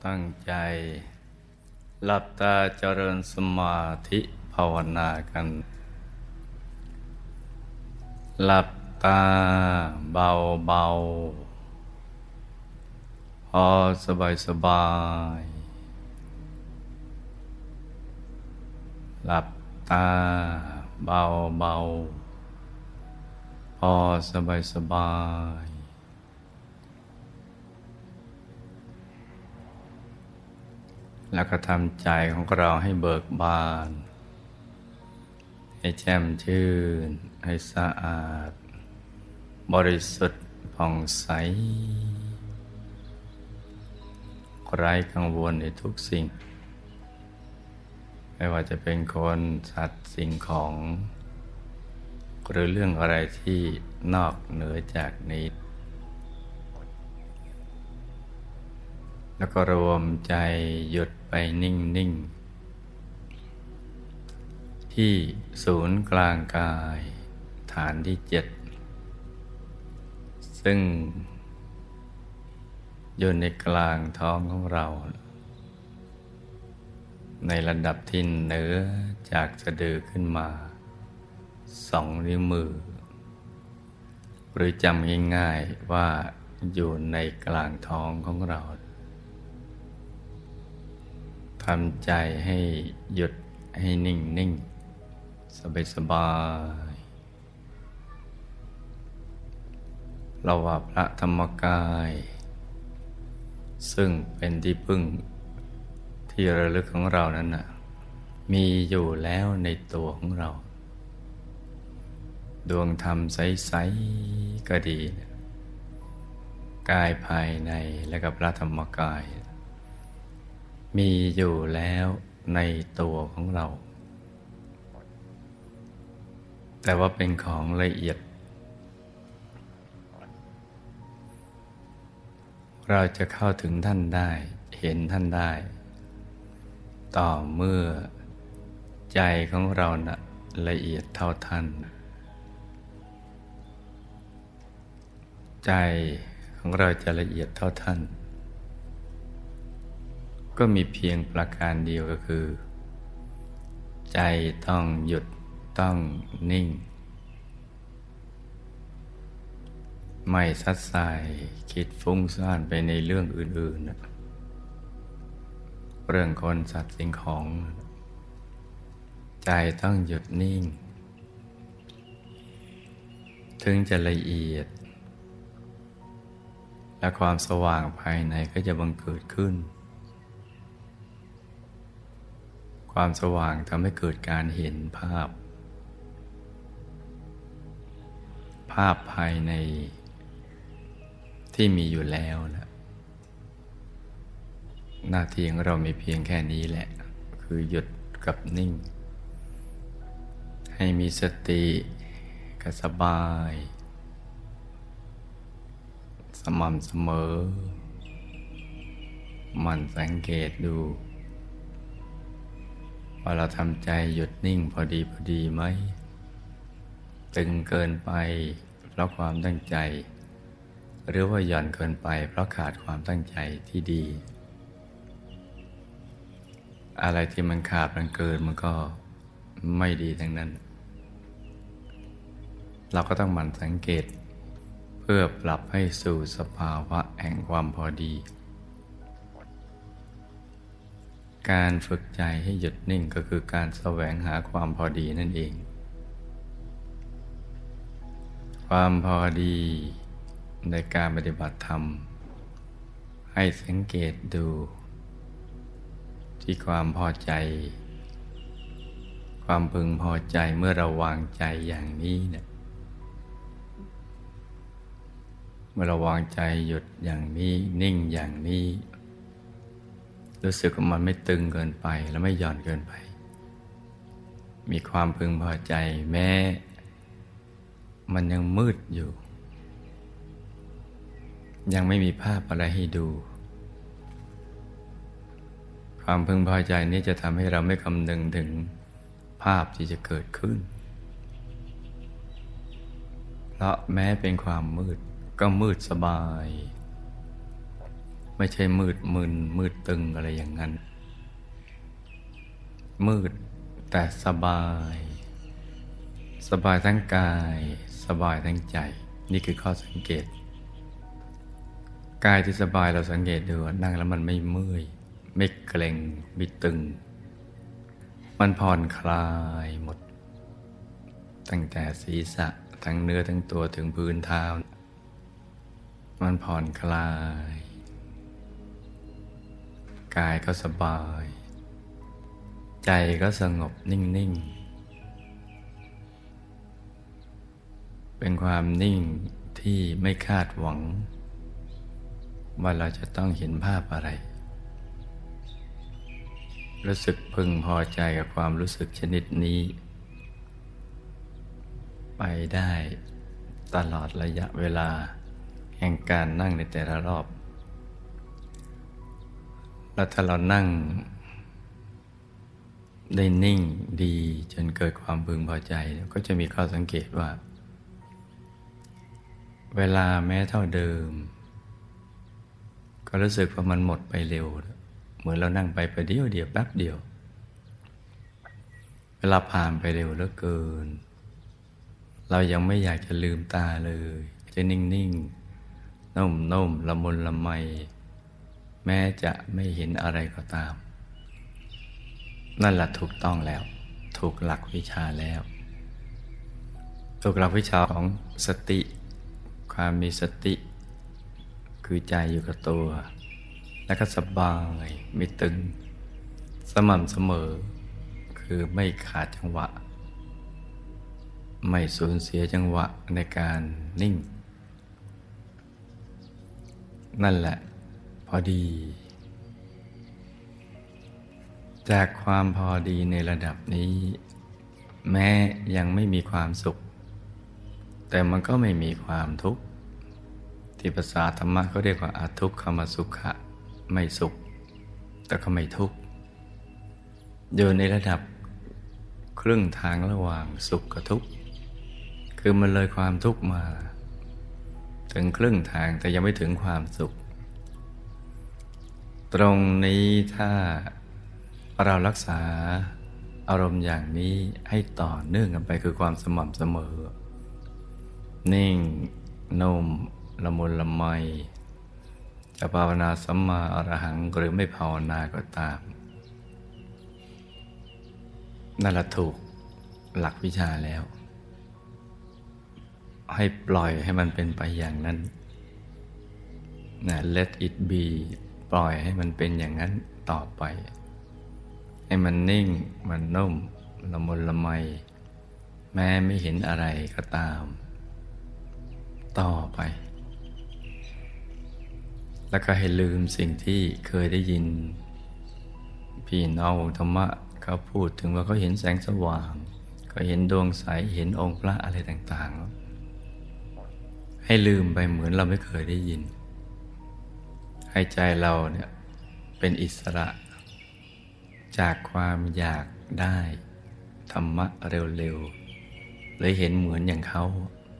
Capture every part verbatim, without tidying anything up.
ตั้งใจหลับตาเจริญสมาธิภาวนากันหลับตาเบาเบาพอสบายสบายหลับตาเบาเบาพอสบายสบายแล้วก็ทำใจของเราให้เบิกบานให้แจ่มชื่นให้สะอาดบริสุทธิ์ผ่องใสไร้กังวลในทุกสิ่งไม่ว่าจะเป็นคนสัตว์สิ่งของหรือเรื่องอะไรที่นอกเหนือจากนี้แล้วก็รวมใจหยุดไปนิ่งๆที่ศูนย์กลางกายฐานที่เจ็ดซึ่งอยู่ในกลางท้องของเราในระดับที่เหนือจากสะดือขึ้นมาสองนิ้วมือหรือจำง่ายๆว่าอยู่ในกลางท้องของเราทำใจให้หยุดให้นิ่งนิ่งสบายสบายเราว่าพระธรรมกายซึ่งเป็นที่พึ่งที่ระลึกของเรานั้นน่ะมีอยู่แล้วในตัวของเราดวงธรรมใสๆก็ดีกายภายในและกับพระธรรมกายมีอยู่แล้วในตัวของเราแต่ว่าเป็นของละเอียดเราจะเข้าถึงท่านได้เห็นท่านได้ต่อเมื่อใจของเรานะละเอียดเท่าท่านใจของเราจะละเอียดเท่าท่านก็มีเพียงประการเดียวก็คือใจต้องหยุดต้องนิ่งไม่ซัดสายคิดฟุ้งซ่านไปในเรื่องอื่นๆเรื่องคนสัตว์สิ่งของใจต้องหยุดนิ่งถึงจะละเอียดและความสว่างภายในก็จะบังเกิดขึ้นความสว่างทำให้เกิดการเห็นภาพภาพภายในที่มีอยู่แล้วนะหน้าที่ของเรามีเพียงแค่นี้แหละคือหยุดกับนิ่งให้มีสติกับสบายสม่ำเสมอหมั่นสังเกตดูว่าเราทำใจหยุดนิ่งพอดีพอดีไหมตึงเกินไปเพราะความตั้งใจหรือว่าหย่อนเกินไปเพราะขาดความตั้งใจที่ดีอะไรที่มันขาดมันเกินมันก็ไม่ดีทั้งนั้นเราก็ต้องหมั่นสังเกตเพื่อปรับให้สู่สภาวะแห่งความพอดีการฝึกใจให้หยุดนิ่งก็คือการแสวงหาความพอดีนั่นเองความพอดีในการปฏิบัติธรรมให้สังเกตดูที่ความพอใจความพึงพอใจเมื่อเราวางใจอย่างนี้เนี่ยเมื่อเราวางใจหยุดอย่างนี้นิ่งอย่างนี้รู้สึกว่ามันไม่ตึงเกินไปและไม่หย่อนเกินไปมีความพึงพอใจแม้มันยังมืดอยู่ยังไม่มีภาพอะไรให้ดูความพึงพอใจนี้จะทำให้เราไม่คำนึงถึงภาพที่จะเกิดขึ้นเพราะแม้เป็นความมืดก็มืดสบาย ไไม่ใช่มืดมึนมืดตึงอะไรอย่างนั้นมืดแต่สบายสบายทั้งกายสบายทั้งใจนี่คือข้อสังเกตกายที่สบายเราสังเกตดูนั่งแล้วมันไม่เมื่อยไม่เกร็งไม่ตึงมันผ่อนคลายหมดตั้งแต่ศีรษะทั้งเนื้อทั้งตัวถึงพื้นเท้ามันผ่อนคลายกายก็สบายใจก็สงบนิ่งๆเป็นความนิ่งที่ไม่คาดหวังว่าเราจะต้องเห็นภาพอะไรรู้สึกพึงพอใจกับความรู้สึกชนิดนี้ไปได้ตลอดระยะเวลาแห่งการนั่งในแต่ละรอบแล้วถ้าเรานั่งได้นิ่งดีจนเกิดความพึงพอใจก็จะมีข้อสังเกตว่าเวลาแม้เท่าเดิมก็รู้สึกว่ามันหมดไปเร็วเหมือนเรานั่งไปประเดี๋ยวเดียวแป๊บเดียวเวลาผ่านไปเร็วเหลือเกินเรายังไม่อยากจะลืมตาเลยจะนิ่งๆนุ่มๆละมุนละไมแม้จะไม่เห็นอะไรก็ตามนั่นแหละถูกต้องแล้วถูกหลักวิชาแล้วถูกหลักวิชาของสติความมีสติคือใจอยู่กับตัวแล้วก็สบายไม่ตึงสม่ำเสมอคือไม่ขาดจังหวะไม่สูญเสียจังหวะในการนิ่งนั่นแหละพอดีจากความพอดีในระดับนี้แม้ยังไม่มีความสุขแต่มันก็ไม่มีความทุกข์ที่ภาษาธรรมะเขาเรียกว่าอทุกขมสุขะไม่สุขแต่ก็ไม่ทุกข์อยู่ในระดับครึ่งทางระหว่างสุขกับทุกข์คือมันเลยความทุกข์มาถึงครึ่งทางแต่ยังไม่ถึงความสุขตรงนี้ถ้าเรารักษาอารมณ์อย่างนี้ให้ต่อเนื่องกันไปคือความสม่ำเสมอนิ่งนุ่มละมุนละไมจะภาวนาสัมมาอรหังหรือไม่ภาวนาก็ตามนั่นแหละถูกหลักวิชาแล้วให้ปล่อยให้มันเป็นไปอย่างนั้นนะ let it be ปล่อยให้มันเป็นอย่างนั้นต่อไปให้มันนิ่งมันนุ่มละมุนละไมแม้ไม่เห็นอะไรก็ตามต่อไปแล้วก็ให้ลืมสิ่งที่เคยได้ยินพี่น้องธรรมะเขาพูดถึงว่าเขาเห็นแสงสว่างเขาเห็นดวงใสเห็นองค์พระอะไรต่างๆให้ลืมไปเหมือนเราไม่เคยได้ยินให้ใจเราเนี่ยเป็นอิสระจากความอยากได้ธรรมะเร็วๆเลยเห็นเหมือนอย่างเขา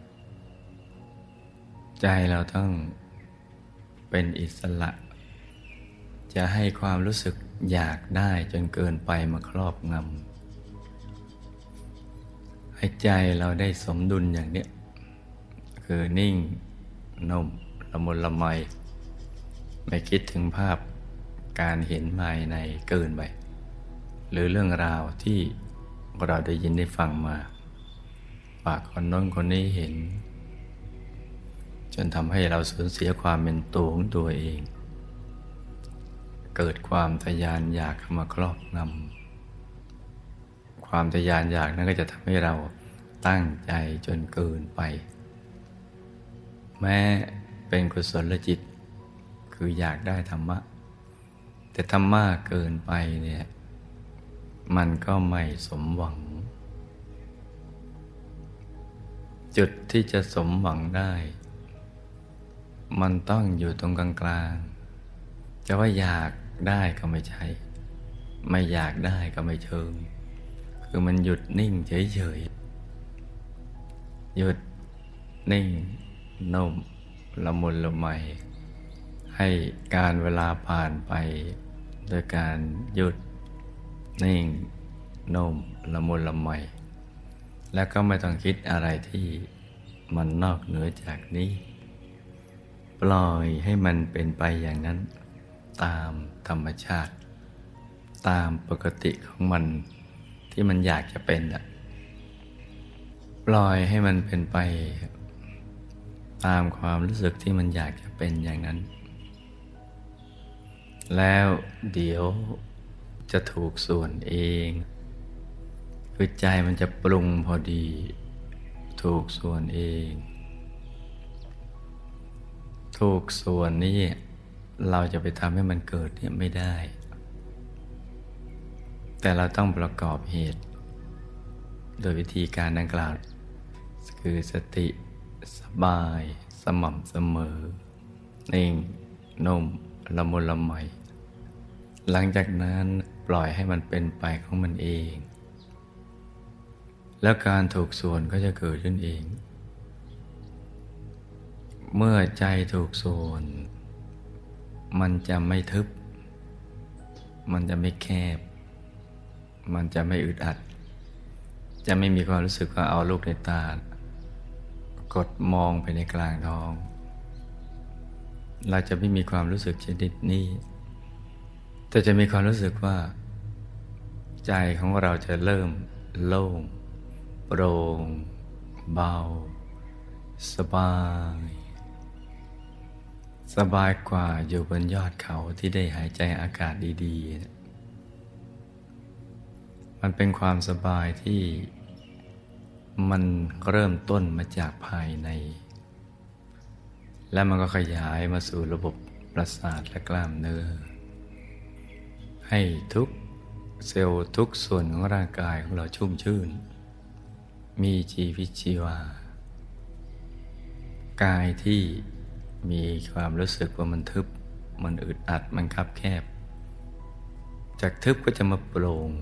ใจเราต้องเป็นอิสระจะให้ความรู้สึกอยากได้จนเกินไปมาครอบงำให้ใจเราได้สมดุลอย่างเนี้ยคือนิ่งนุ่มละมุนละไมไม่คิดถึงภาพการเห็นภายในเกินไปหรือเรื่องราวที่เราได้ยินได้ฟังมาปากคนโน้นคนนี้เห็นจนทำให้เราสูญเสียความเป็นตัวของตัวเองเกิดความทะยานอยากเข้ามาครอบงำความทะยานอยากนั้นก็จะทำให้เราตั้งใจจนเกินไปแม้เป็นกุศลจิตคืออยากได้ธรรมะแต่ธรรมะเกินไปเนี่ยมันก็ไม่สมหวังจุดที่จะสมหวังได้มันต้องอยู่ตรงกลางๆจะว่าอยากได้ก็ไม่ใช่ไม่อยากได้ก็ไม่เชิงคือมันหยุดนิ่งเฉยๆหยุดนิ่งนุ่มละมุนละไมให้การเวลาผ่านไปโดยการหยุดนิ่งนุ่มละมุนละไมแล้วก็ไม่ต้องคิดอะไรที่มันนอกเหนือจากนี้ปล่อยให้มันเป็นไปอย่างนั้นตามธรรมชาติตามปกติของมันที่มันอยากจะเป็นอะปล่อยให้มันเป็นไปตามความรู้สึกที่มันอยากจะเป็นอย่างนั้นแล้วเดี๋ยวจะถูกส่วนเองคือใจมันจะปรุงพอดีถูกส่วนเองถูกส่วนนี้เราจะไปทำให้มันเกิดเนี่ยไม่ได้แต่เราต้องประกอบเหตุโดยวิธีการดังกล่าวคือสติสบายสม่ำเสมอนิ่งนุ่มละมุนละไมหลังจากนั้นปล่อยให้มันเป็นไปของมันเองแล้วการถูกส่วนก็จะเกิดขึ้นเองเมื่อใจถูกส่วนมันจะไม่ทึบมันจะไม่แคบมันจะไม่อึดอัดจะไม่มีความรู้สึกว่าเอาลูกในตากดมองไปในกลางท้องเราจะไม่มีความรู้สึกชนิดนี้แต่จะมีความรู้สึกว่าใจของเราจะเริ่มโล่งโปร่งเบาสบายสบายกว่าอยู่บนยอดเขาที่ได้หายใจอากาศดีๆมันเป็นความสบายที่มันเริ่มต้นมาจากภายในและมันก็ขยายมาสู่ระบบประสาทและกล้ามเนื้อให้ทุกเซลล์ทุกส่วนของร่างกายของเราชุ่มชื่นมีชีวิตชีวากายที่มีความรู้สึกว่ามันทึบมันอึดอัดมันคับแคบจากทึบก็จะมาโปร่ง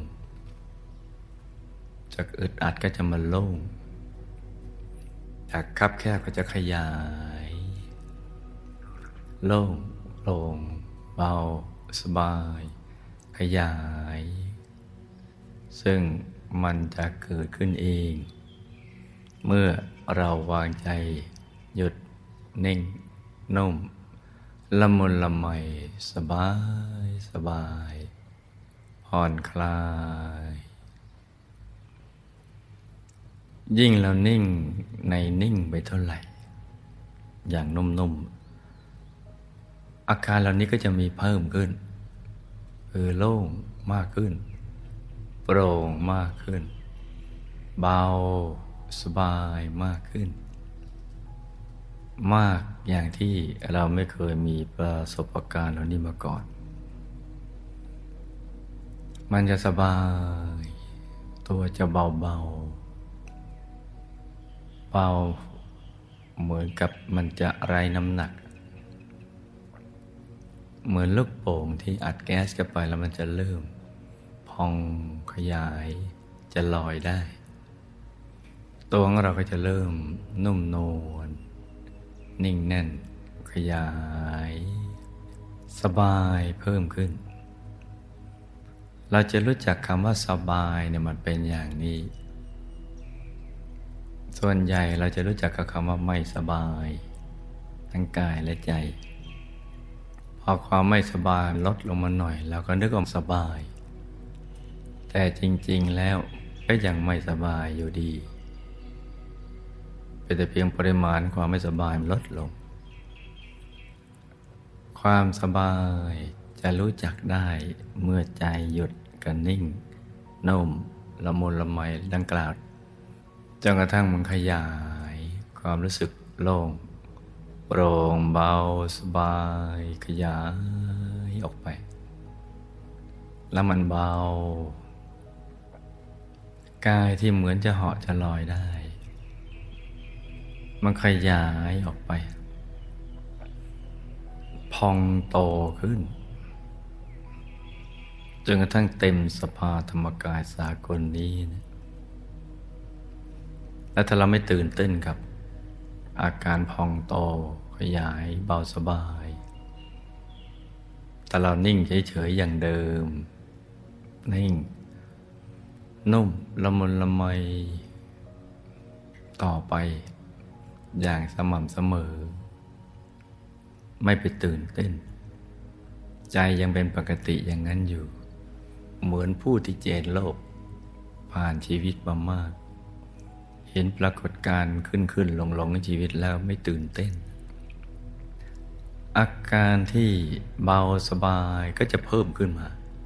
จากอึดอัดก็จะมาโล่งจากคับแคบก็จะขยายโล่งโปร่งเบาสบายขยายซึ่งมันจะเกิดขึ้นเองเมื่อเราวางใจหยุดนิ่งนุ่มละมุนละไมสบายสบายผ่อนคลายยิ่งเรานิ่งในนิ่งไปเท่าไหร่อย่างนุ่มๆอาการเหล่านี้ก็จะมีเพิ่มขึ้นคือโล่งมากขึ้นโปร่งมากขึ้นเบาสบายมากขึ้นมากอย่างที่เราไม่เคยมีประสบการณ์เหล่านี้มาก่อนมันจะสบายตัวจะเบาเบาเบาเหมือนกับมันจะไร้น้ำหนักเหมือนลูกโป่งที่อัดแก๊สเข้าไปแล้วมันจะเริ่มพองขยายจะลอยได้ตัวของเราก็จะเริ่มนุ่มนวลนิ่งแน่นขยายสบายเพิ่มขึ้นเราจะรู้จักคำว่าสบายเนี่ยมันเป็นอย่างนี้ส่วนใหญ่เราจะรู้จักกับคำว่าไม่สบายทั้งกายและใจพอความไม่สบายลดลงมาหน่อยเราก็นึกว่าสบายแต่จริงๆแล้วก็ยังไม่สบายอยู่ดีเป็นแต่เพียงปริมาณความไม่สบายลดลงความสบายจะรู้จักได้เมื่อใจหยุดกันนิ่งนุ่มละมุนละไมดังกล่าวจนกระทั่งมันขยายความรู้สึกโล่งโปร่งเบาสบายขยายออกไปแล้วมันเบากายที่เหมือนจะเหาะจะลอยได้มันขยายออกไปพองโตขึ้นจนกระทั่งเต็มสภาธรรมกายสากลนี้นะและถ้าเราไม่ตื่นเต้นกับอาการพองโตขยายเบาสบายแต่เรานิ่งเฉยๆอย่างเดิมนิ่งนุ่มละมุนละไมต่อไปอย่างสม่ำเสมอไม่ไปตื่นเต้นใจยังเป็นปกติอย่างนั้นอยู่เหมือนผู้ที่เจนโลกผ่านชีวิตมามากเห็นปรากฏการณ์ขึ้นขึ้นลงลงในชีวิตแล้วไม่ตื่นเต้นอาการที่เบาสบายก็จะเพิ่มขึ้นมา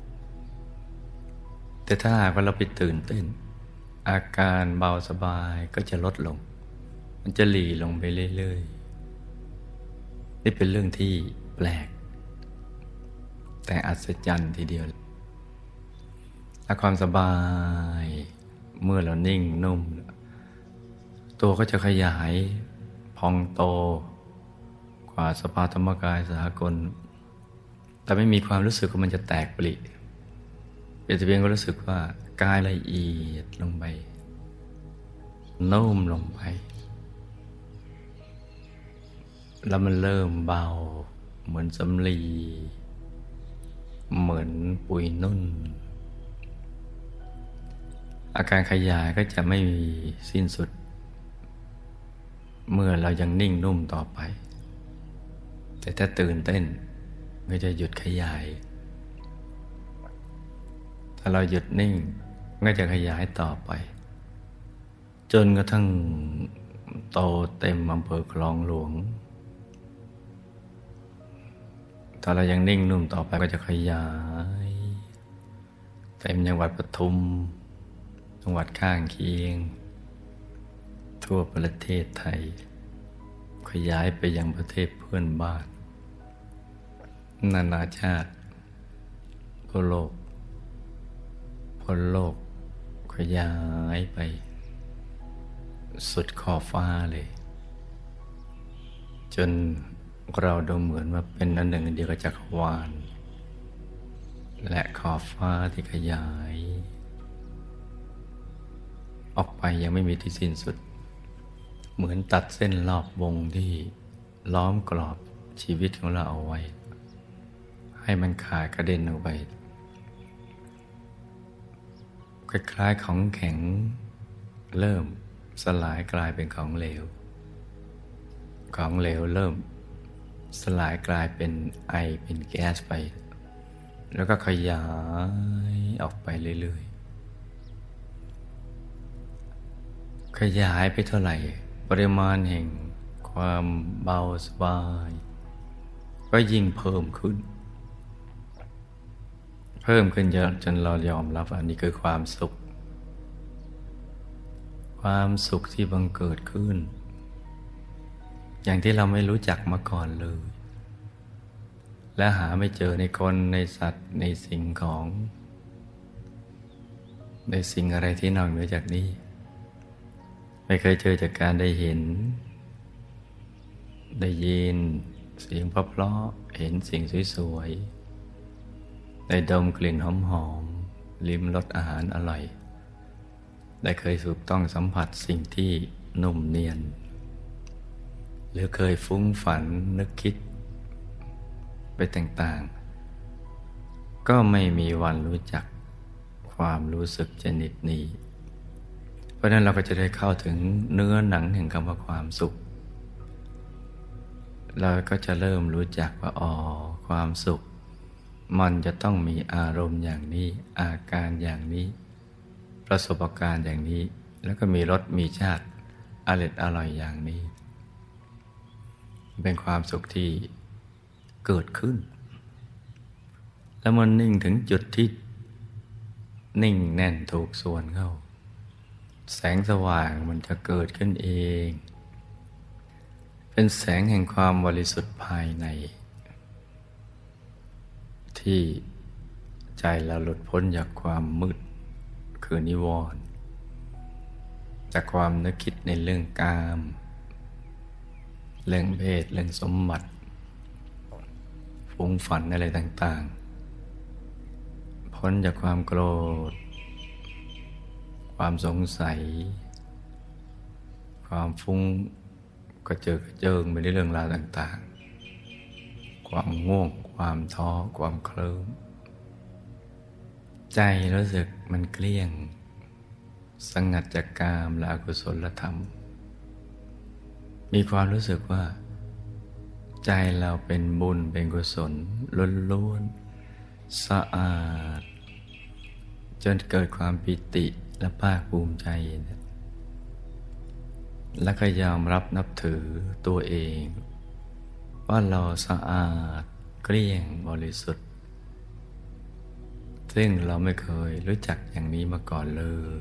แต่ถ้าหากว่าเราไปตื่นเต้นอาการเบาสบายก็จะลดลงมันจะหลีลงไปเรื่อยๆนี่เป็นเรื่องที่แปลกแต่อัศจรรย์ทีเดียวและความสบายเมื่อเรานิ่งนุ่มตัวก็จะขยายพองโตกว่าสภาวะธรรมกายสากลแต่ไม่มีความรู้สึกว่ามันจะแตกปริเป็นแต่เพียงก็รู้สึกว่ากายละเอียดลงไปนุ่มลงไปแล้วมันเริ่มเบาเหมือนสำลีเหมือนปุยนุ่นอาการขยายก็จะไม่มีสิ้นสุดเมื่อเรายังนิ่งนุ่มต่อไปแต่ถ้าตื่นเต้นก็จะหยุดขยายถ้าเราหยุดนิ่งก็จะขยายต่อไปจนกระทั่งโตเต็มอำเภอคลองหลวงถ้าเรายังนิ่งนุ่มต่อไปก็จะขยายเต็มจังหวัดปทุมจังหวัดข้างเคียงทั่วประเทศไทยขยายไปยังประเทศเพื่อนบ้านนานาชาติทั่วโลกพ้นโลกขยายไปสุดขอบฟ้าเลยจนเราดูเหมือนว่าเป็นอันหนึ่งอันเดียวกับจักรวาลและขอบฟ้าที่ขยายออกไปยังไม่มีที่สิ้นสุดเหมือนตัดเส้นรอบวงที่ล้อมกรอบชีวิตของเราเอาไว้ให้มันขาดกระเด็นออกไปคล้ายๆของแข็งเริ่มสลายกลายเป็นของเหลวของเหลวเริ่มสลายกลายเป็นไอเป็นแก๊สไปแล้วก็ขยายออกไปเรื่อยๆขยายไปเท่าไหร่ปริมาณแห่งความเบาสบายก็ยิ่งเพิ่มขึ้นเพิ่มขึ้นเยอะจนเรายอมรับอันนี้คือความสุขความสุขที่บังเกิดขึ้นอย่างที่เราไม่รู้จักมาก่อนเลยและหาไม่เจอในคนในสัตว์ในสิ่งของในสิ่งอะไรที่นอกเหนือจากนี้ไม่เคยเจอจากการได้เห็นได้ยินเสียงเพราะๆเห็นสิ่งสวยๆได้ดมกลิ่นหอมๆลิ้มรสอาหารอร่อยได้เคยถูกต้องสัมผัสสิ่งที่นุ่มเนียนหรือเคยฟุ้งฝันนึกคิดไปต่างๆก็ไม่มีวันรู้จักความรู้สึกชนิดนี้เพราะนั้นเราก็จะได้เข้าถึงเนื้อหนังแห่งคำว่าความสุขเราก็จะเริ่มรู้จักว่าอ๋อความสุขมันจะต้องมีอารมณ์อย่างนี้อาการอย่างนี้ประสบการณ์อย่างนี้แล้วก็มีรสมีชาติอร่อยอร่อยอย่างนี้เป็นความสุขที่เกิดขึ้นแล้วมันนิ่งถึงจุดที่นิ่งแน่นถูกส่วนเข้าแสงสว่างมันจะเกิดขึ้นเองเป็นแสงแห่งความบริสุทธิ์ภายในที่ใจเราหลุดพ้นจากความมืดคือนิวรณ์จากความนึกคิดในเรื่องกามเรื่องเพศเรื่องสมบัติฟุ้งฝันอะไรต่างๆพ้นจากความโกรธความสงสัยความฟุ้งกระเจิงกระเจิงไปในเรื่องราวต่างความง่วงความท้อความเคลิ้มใจรู้สึกมันเกลี้ยงสงัดจากกามและอกุศลธรรมมีความรู้สึกว่าใจเราเป็นบุญเป็นกุศลล้วนๆสะอาดจนเกิดความปิติและภาคภูมิใจและก็ยอมรับนับถือตัวเองว่าเราสะอาดเกลี้ยงบริสุทธิ์ซึ่งเราไม่เคยรู้จักอย่างนี้มาก่อนเลย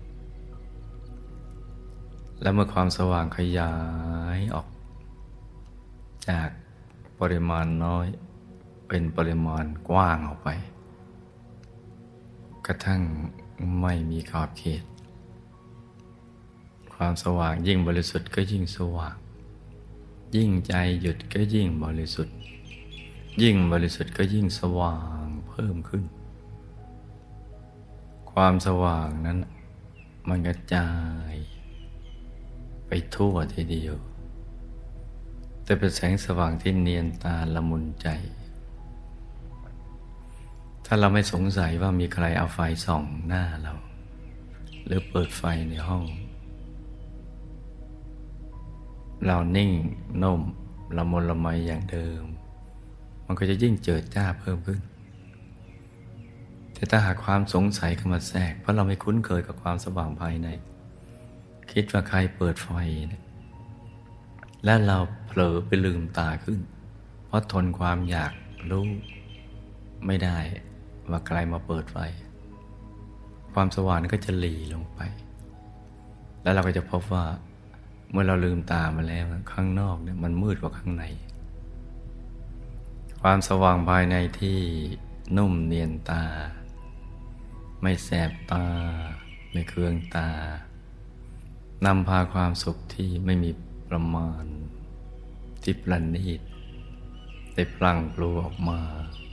และเมื่อความสว่างขยายออกจากปริมาณน้อยเป็นปริมาณกว้างออกไปกระทั่งไม่มีขอบเขตความสว่างยิ่งบริสุทธิ์ก็ยิ่งสว่างยิ่งใจหยุดก็ยิ่งบริสุทธิ์ยิ่งบริสุทธิ์ก็ยิ่งสว่างเพิ่มขึ้นความสว่างนั้นมันกระจายไปทั่วทีเดียวแต่เป็นแสงสว่างที่เนียนตาละมุนใจถ้าเราไม่สงสัยว่ามีใครเอาไฟส่องหน้าเราหรือเปิดไฟในห้องเรานิ่งนุ่มละมุนละไมอย่างเดิมมันก็จะยิ่งเจิดจ้าเพิ่มขึ้นแต่ถ้าหากความสงสัยเข้ามาแทรกเพราะเราไม่คุ้นเคยกับความสว่างภายในคิดว่าใครเปิดไฟเนี่ยและเราเผลอไปลืมตาขึ้นเพราะทนความอยากรู้ไม่ได้ว่าใครมาเปิดไฟความสว่างก็จะหลีลงไปแล้วเราก็จะพบว่าเมื่อเราลืมตามาแล้วข้างนอกเนี่ยมันมืดกว่าข้างในความสว่างภายในที่นุ่มเนียนตาไม่แสบตาไม่เคืองตานำพาความสุขที่ไม่มีประมาณที่ประณีตได้พลั่งพลูออกมา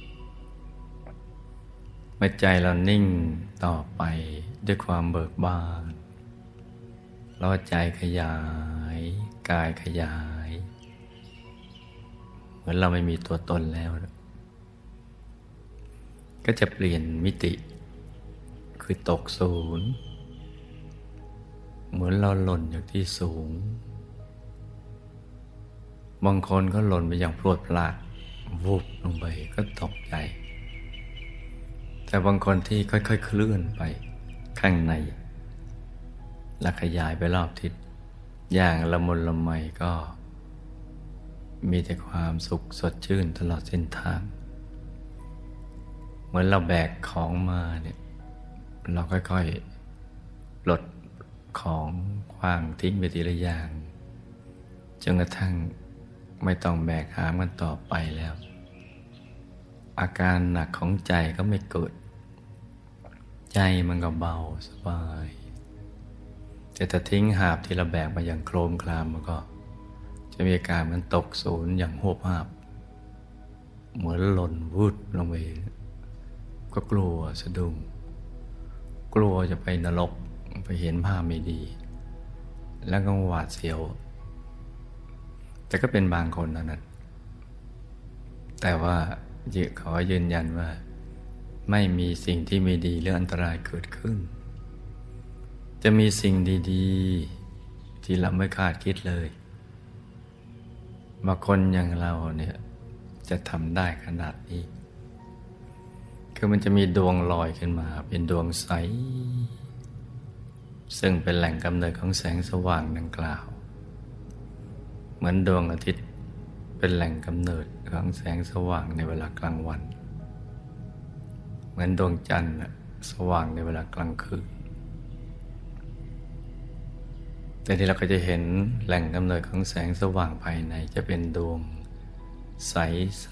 เมื่อใจเรานิ่งต่อไปด้วยความเบิกบานแล้วใจขยายกายขยายเหมือนเราไม่มีตัวตนแล้วก็จะเปลี่ยนมิติคือตกศูนย์เหมือนเราหล่นจากที่สูงบางคนก็หล่นไปอย่างพรวดพลาดวุบลงไปก็ตกใจแต่บางคนที่ค่อยๆเคลื่อนไปข้างในและขยายไปรอบทิศอย่างละมุนละไมก็มีแต่ความสุขสดชื่นตลอดเส้นทางเหมือนเราแบกของมาเนี่ยเราค่อยๆปลดของขว้างทิ้งไปทีละอย่างจนกระทั่งไม่ต้องแบกหามกันต่อไปแล้วอาการหนักของใจก็ไม่เกิดใจมันก็เบาสบายแต่ถ้าทิ้งหาบที่เราแบกมาอย่างโครมคลามมันก็จะมีอาการมันตกศูนย์อย่างโหบหาบเหมือนหล่นวุดลงไปก็กลัวสะดุ้งกลัวจะไปนรกไปเห็นภาพไม่ดีแล้วก็หวาดเสียวแต่ก็เป็นบางคนเท่านั้นแต่ว่าขอยืนยันว่าไม่มีสิ่งที่ไม่ดีหรืออันตรายเกิดขึ้นจะมีสิ่งดีๆที่เราไม่คาดคิดเลยบางคนอย่างเราเนี่ยจะทำได้ขนาดนี้คือมันจะมีดวงลอยขึ้นมาเป็นดวงใสซึ่งเป็นแหล่งกำเนิดของแสงสว่างดังกล่าวเหมือนดวงอาทิตย์เป็นแหล่งกำเนิดของแสงสว่างในเวลากลางวันเหมือนดวงจันทร์สว่างในเวลากลางคืนแต่ที่เราก็จะเห็นแหล่งกำเนิดของแสงสว่างภายในจะเป็นดวงใส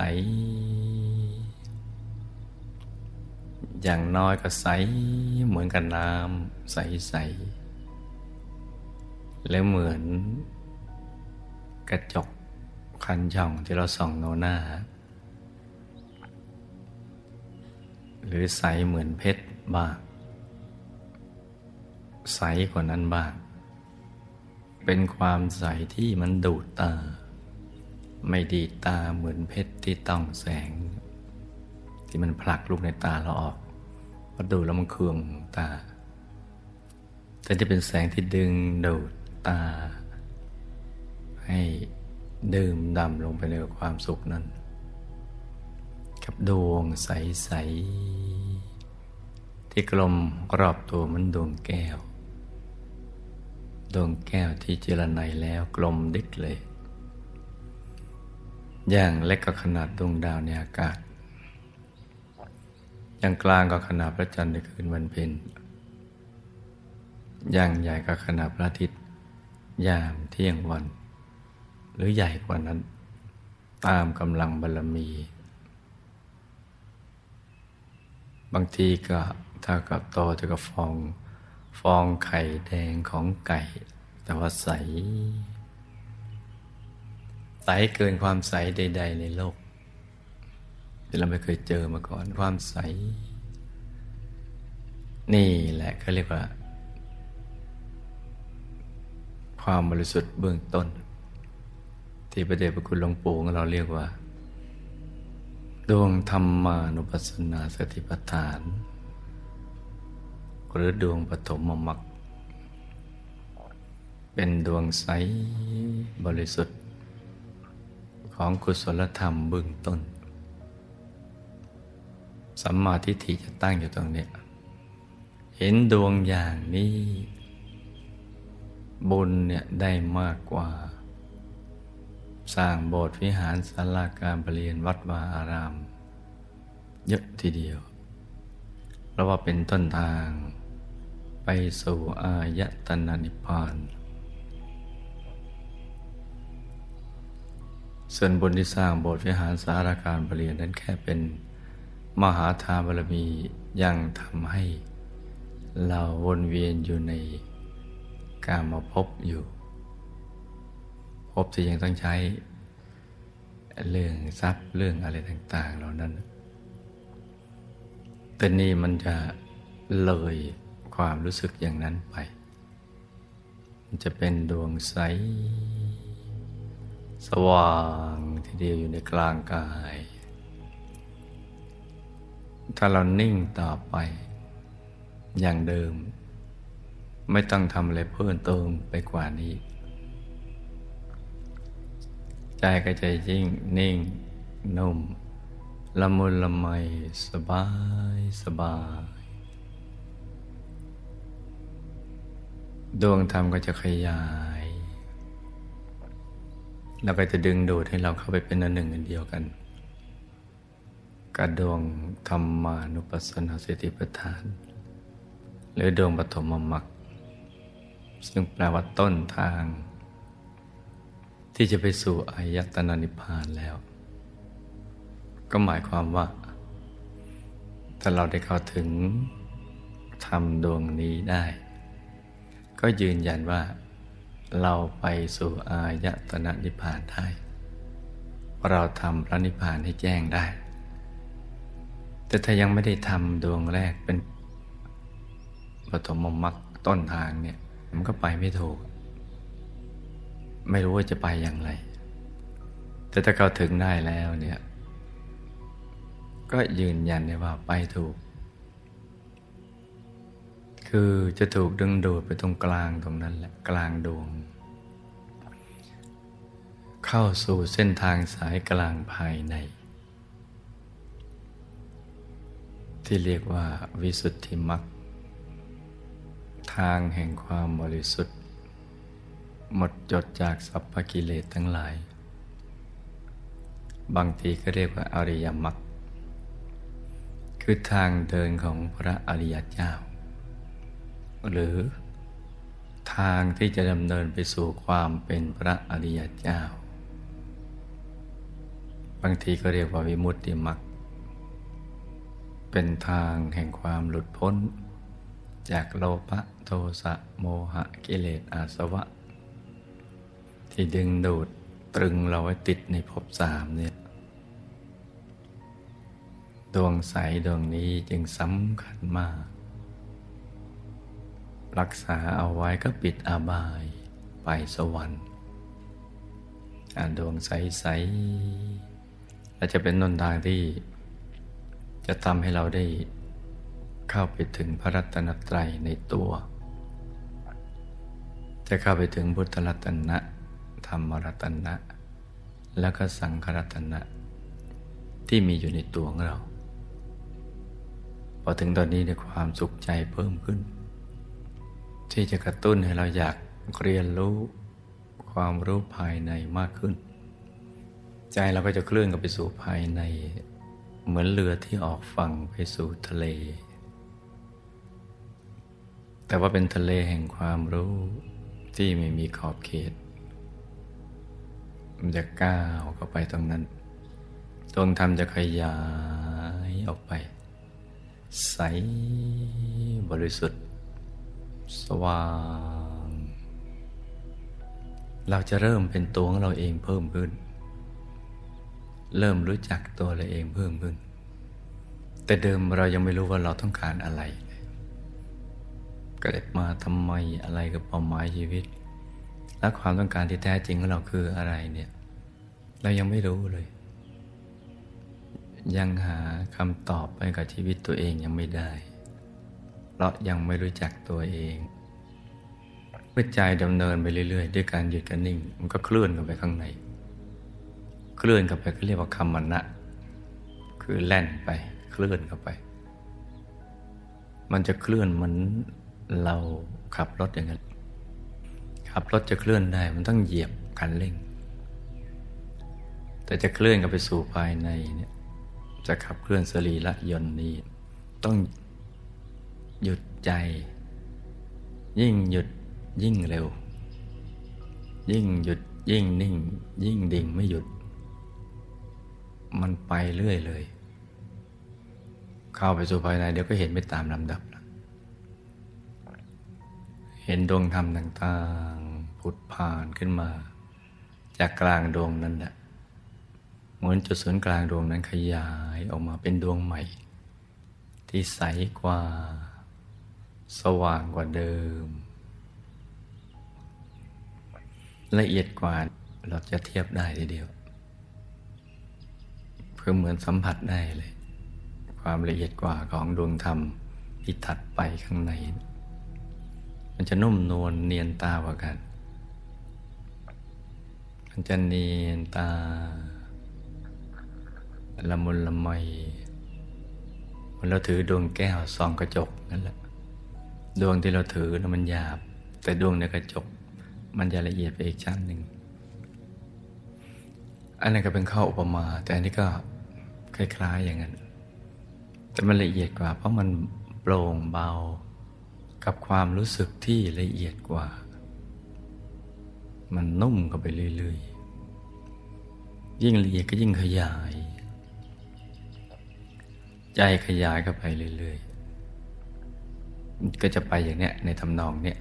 ๆอย่างน้อยก็ใสเหมือนกับน้ำใสๆและเหมือนกระจกคันช่องที่เราส่องโนหน้าหรือใสเหมือนเพชรบ้างใสกว่านั้นบ้างเป็นความใสที่มันดูดตาไม่ดีตาเหมือนเพชรที่ต้องแสงที่มันผลักลูกในตาเราออกพอดูแล้วมันเคืองตาแต่จะเป็นแสงที่ดึงดูดตาให้ดื่มด่ำลงไปในความสุขนั้นกับดวงใสๆที่กลมรอบตัวเหมันดวงแก้วดวงแก้วที่เจรไนแล้วกลมดิกเลยอย่างเล็กก็ขนาดดวงดาวในอากาศอย่างกลางก็ขนาดพระจันทร์ในคืนวันเพ็ญอย่างใหญ่ก็ขนาดพระอาทิตย์ยามเที่ยงวันหรือใหญ่กว่านั้นตามกำลังบารมีบางทีก็เท่ากับโตเท่ากับฟองฟองไข่แดงของไก่แต่ว่าใสใสเกินความใสใดๆในโลกที่เราไม่เคยเจอมาก่อนความใสนี่แหละเขาเรียกว่าความบริสุทธิ์เบื้องต้นที่พระเดชพระคุณหลวงปู่ของเราเรียกว่าดวงธรรมานุปัสสนาสติปัฏฐานหรือดวงปฐมมรรคเป็นดวงใสบริสุทธิ์ของกุศลธรรมเบื้องต้นสัมมาทิฏฐิจะตั้งอยู่ตรงนี้เห็นดวงอย่างนี้บุญเนี่ยได้มากกว่าสร้างโบสถ์วิหารศาลาการประเรียนวัดวาอารามเยอะทีเดียวเพราะว่าเป็นต้นทางไปสู่อายตนะนิพพานส่วนบุญที่สร้างโบสถ์วิหารศาลาการประเรียนนั้นแค่เป็นมหาทานบารมียังทำให้เราวนเวียนอยู่ในกามภพอยู่ภพที่ยังต้องใช้เรื่องทรัพย์เรื่องอะไรต่างๆเหล่านั้นแต่นี่มันจะเลยความรู้สึกอย่างนั้นไปมันจะเป็นดวงใสสว่างทีเดียวอยู่ในกลางกายถ้าเรานิ่งต่อไปอย่างเดิมไม่ต้องทำอะไรเพิ่มเติมไปกว่านี้ใจก็จะยิ่งนิ่งนุ่มละมุนละไมสบายสบายดวงธรรมก็จะขยายแล้วก็จะดึงดูดให้เราเข้าไปเป็นอันหนึ่งอันเดียวกันกับดวงธรรมานุปัสสนาสติปัฏฐานหรือดวงปฐมมรรคซึ่งแปลว่าต้นทางที่จะไปสู่อายตนะนิพพานแล้วก็หมายความว่าถ้าเราได้เข้าถึงธรรมดวงนี้ได้ก็ยืนยันว่าเราไปสู่อายตนะนิพพานได้เราทำพระนิพพานให้แจ้งได้แต่ถ้ายังไม่ได้ทำดวงแรกเป็นปฐมมรรคต้นทางเนี่ยมันก็ไปไม่ถูกไม่รู้ว่าจะไปอย่างไรแต่ถ้าเขาถึงได้แล้วเนี่ยก็ยืนยันได้ว่าไปถูกคือจะถูกดึงดูดไปตรงกลางตรงนั้นแหละกลางดวงเข้าสู่เส้นทางสายกลางภายในที่เรียกว่าวิสุทธิมรรคทางแห่งความบริสุทธิ์หมดจดจากสัพพกิเลสทั้งหลายบางทีก็เรียกว่าอริยมรรคคือทางเดินของพระอริยเจ้าหรือทางที่จะดำเนินไปสู่ความเป็นพระอริยเจ้าบางทีก็เรียกว่าวิมุตติมรรคเป็นทางแห่งความหลุดพ้นจากโลภะโทสะโมหะกิเลสอาสวะที่ดึงดูดตรึงเราไว้ติดในภพสามเนี่ยดวงใสดวงนี้จึงสำคัญมากรักษาเอาไว้ก็ปิดอาบายไปสวรรค์อ่านดวงใสๆและจะเป็นหนทางที่จะทำให้เราได้เข้าไปถึงพระรัตนตรัยในตัว จะเข้าไปถึงพุทธรัตนะธรรมรัตนะแล้วก็สังฆรัตนะที่มีอยู่ในตัวของเราพอถึงตอนนี้ในความสุขใจเพิ่มขึ้นที่จะกระตุ้นให้เราอยากเรียนรู้ความรู้ภายในมากขึ้นใจเราก็จะเคลื่อนกับไปสู่ภายในเหมือนเรือที่ออกฝั่งไปสู่ทะเลแต่ว่าเป็นทะเลแห่งความรู้ที่ไม่มีขอบเขตมันจะก้าวเข้าไปตรงนั้นดวงธรรมจะขยายออกไปใสบริสุทธิ์สว่างเราจะเริ่มเป็นตัวของเราเองเพิ่มขึ้นเริ่มรู้จักตัวเราเองเพิ่มขึ้นแต่เดิมเรายังไม่รู้ว่าเราต้องการอะไรเกิดมาทำไมอะไรกับเป้าหมายชีวิตและความต้องการที่แท้จริงของเราคืออะไรเนี่ยเรายังไม่รู้เลยยังหาคำตอบไปกับชีวิตตัวเองยังไม่ได้เพราะยังไม่รู้จักตัวเองเมื่อใจดำเนินไปเรื่อยๆด้วยการหยุดกันนิ่งมันก็เคลื่อนกันไปข้างในเคลื่อนกันไปก็เรียกว่าคัมมนะคือแล่นไปเคลื่อนเข้าไปมันจะเคลื่อนเหมือนเราขับรถอย่างนั้นขับรถจะเคลื่อนได้มันต้องเหยียบคันเร่งแต่จะเคลื่อนกันไปสู่ภายในเนี่ยจะขับเคลื่อนสรีระยนต์นี้ต้องหยุดใจยิ่งหยุดยิ่งเร็วยิ่งหยุดยิ่งนิ่งยิ่งดิ่งไม่หยุดมันไปเรื่อยเลยเข้าไปสู่ภายในเดี๋ยวก็เห็นไปตามลำดับเห็นดวงธรรมต่างๆผุดผ่านขึ้นมาจากกลางดวงนั้นแหละเหมือนจุดศูนย์กลางดวงนั้นขยายออกมาเป็นดวงใหม่ที่ใสกว่าสว่างกว่าเดิมละเอียดกว่าเราจะเทียบได้ทีเดียวเพื่อเหมือนสัมผัสได้เลยความละเอียดกว่าของดวงธรรมที่ถัดไปข้างในมันจะนุ่มนวลเนียนตากว่ากันมันจะเนียนตาละมุนละไมเหมือนเราถือดวงแก้วส่องกระจกนั่นแหละดวงที่เราถือนะมันหยาบแต่ดวงในกระจกมันจะละเอียดไปอีกชั้นหนึ่งอันนั้นก็เป็นข้ออุปมาแต่อันนี้ก็คล้ายๆอย่างนั้นแต่มันละเอียดกว่าเพราะมันโปร่งเบากับความรู้สึกที่ละเอียดกว่ามันนุ่มเข้าไปเรื่อยๆยิ่งละเอียดก็ยิ่งขยายใจขยายเข้าไปเรื่อยๆก็จะไปอย่างเนี้ยในทำนองเนี้ย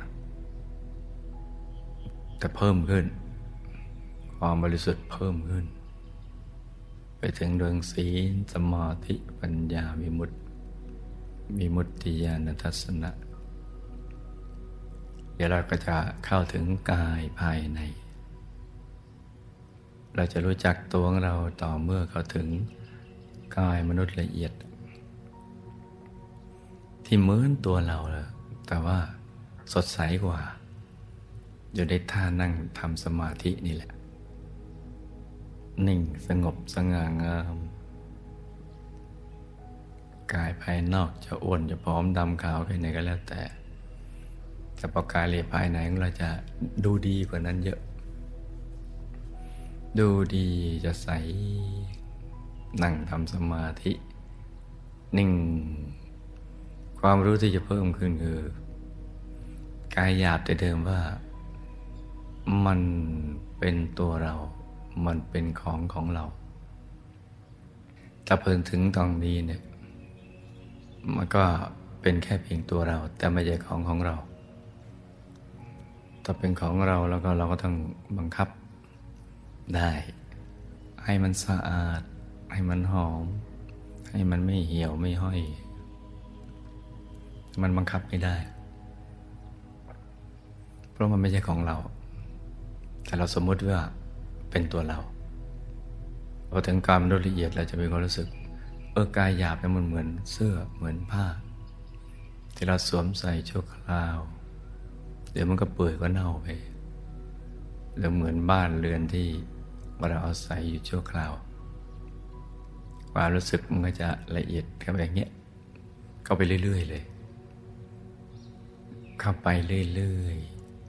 แต่เพิ่มขึ้นความบริสุทธิ์เพิ่มขึ้นไปถึงดวงศีลสมาธิปัญญาวิมุตติวิมุตติญาณทัศนะเดี๋ยวเราก็จะเข้าถึงกายภายในเราจะรู้จักตัวของเราต่อเมื่อเข้าถึงกายมนุษย์ละเอียดที่เหมือนตัวเราเลยแต่ว่าสดใสกว่าอยู่ในท่านั่งทำสมาธินี่แหละนิ่งสงบสง่างามกายภายนอกจะอ้วนจะผอมดำขาวแค่ไหนก็แล้วแต่แต่พอกายเลยภายในของเราจะดูดีกว่านั้นเยอะดูดีจะใสนั่งทำสมาธินิ่งความรู้ที่จะเพิ่มขึ้นคือกายหยาบแต่เดิมว่ามันเป็นตัวเรามันเป็นของของเราถ้าเพิ่งถึงตรงนี้เนี่ยมันก็เป็นแค่เพียงตัวเราแต่ไม่ใช่ของของเราถ้าเป็นของเราแล้วก็เราก็ต้องบังคับได้ให้มันสะอาดให้มันหอมให้มันไม่เหี่ยวไม่ห้อยมันบังคับไม่ได้เพราะมันไม่ใช่ของเราแต่เราสมมติว่าเป็นตัวเราพอถึงการมนุษย์ละเอียดเราจะมีความรู้สึกเออกายหยาบเนี่ยมันเหมือนเสื้อเหมือนผ้าที่เราสวมใส่ชั่วคราวเดี๋ยวมันก็เปื่อยก็เน่าไปหรือเหมือนบ้านเรือนที่เราเอาศัยอยู่ชั่วคราวความรู้สึกมันก็จะละเอียดเข้าไปอย่างเงี้ยเข้าไปเรื่อยๆเลยเข้าไปเรื่อย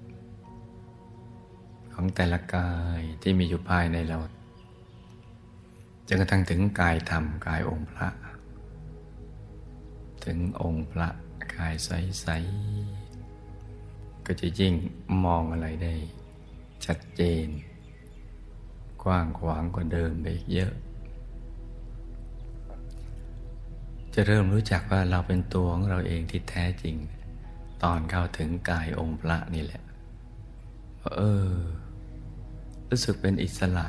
ๆของแต่ละกายที่มีอยู่ภายในเราจนกระทั่งถึงกายธรรมกายองค์พระถึงองค์พระกายใสๆก็จะยิ่งมองอะไรได้ชัดเจนกว้างขวางกว่าเดิมไปอีกเยอะจะเริ่มรู้จักว่าเราเป็นตัวของเราเองที่แท้จริงตอนเข้าถึงกายองค์พระนี่แหละเออรู้สึกเป็นอิสระ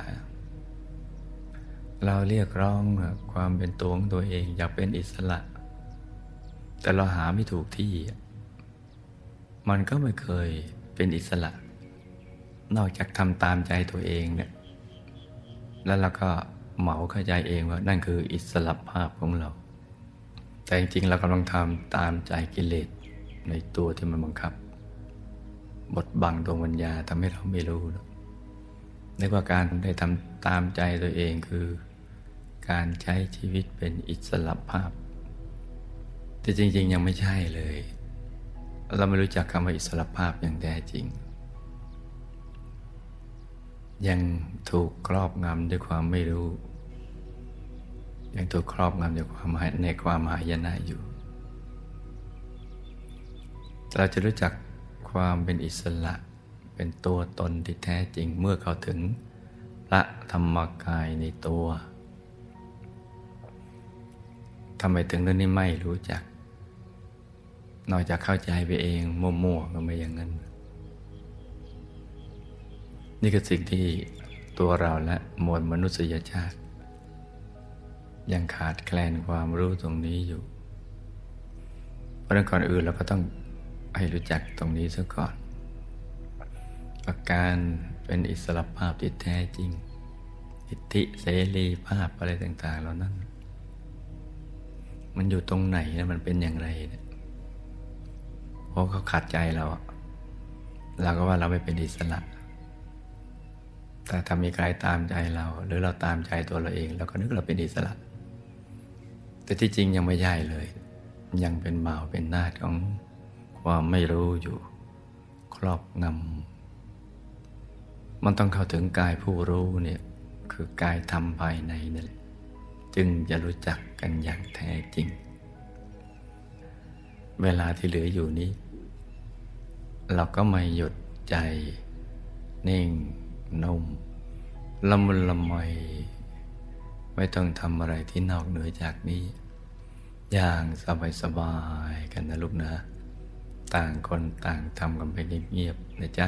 เราเรียกร้องความเป็นตัวของตัวเองอยากเป็นอิสระแต่เราหาไม่ถูกที่มันก็ไม่เคยเป็นอิสระนอกจากทำตามใจตัวเองเนี่ยแล้วเราก็เหมาเข้าใจเองว่านั่นคืออิสระภาพของเราแต่จริงๆเรากำลังทำตามใจกิเลสในตัวที่มันบังคับบดบังดวงวิญญาณทำให้เราไม่รู้นึกว่าการได้ทำตามใจตัวเองคือการใช้ชีวิตเป็นอิสระภาพแต่จริงๆยังไม่ใช่เลยเราไม่รู้จักคำว่าอิสระภาพอย่างแท้จริงยังถูกครอบงำด้วยความไม่รู้ยังถูกครอบงำด้วยความในความหายนะอยู่เราจะรู้จักความเป็นอิสระเป็นตัวตนที่แท้จริงเมื่อเข้าถึงพระธรรมกายในตัวทำไมถึงเรื่องนี้ไม่รู้จักนอกจากเข้าใจไปเองมั่วๆก็ไม่อย่างนั้นนี่คือสิ่งที่ตัวเราและมวลมนุษยชาติยังขาดแคลนความรู้ตรงนี้อยู่เพราะฉะนั้นก่อนอื่นเราก็ต้องให้รู้จักตรงนี้ซะก่อนอาการเป็นอิสระภาพที่แท้จริงอิทธิเสรีภาพอะไรต่างๆเหล่านั้นมันอยู่ตรงไหนนะมันเป็นอย่างไรเนี่ยเพราะเขาขัดใจเราเราก็ว่าเราไม่เป็นอิสระแต่ถ้ามีใครตามใจเราหรือเราตามใจตัวเราเองเราก็นึกเราเป็นอิสระแต่ที่จริงยังไม่ใช่เลยยังเป็นบ่าวเป็นนาฏของความไม่รู้อยู่ครอบงำมันต้องเข้าถึงกายผู้รู้เนี่ยคือกายธรรมภายในนั่นแหละจึงจะรู้จักกันอย่างแท้จริงเวลาที่เหลืออยู่นี้เราก็ไม่หยุดใจนิ่งนุ่มละมุนละไมไม่ต้องทำอะไรที่นอกเหนือจากนี้อย่างสบายๆกันนะลูกนะต่างคนต่างทำกันไปเงียบๆนะจ๊ะ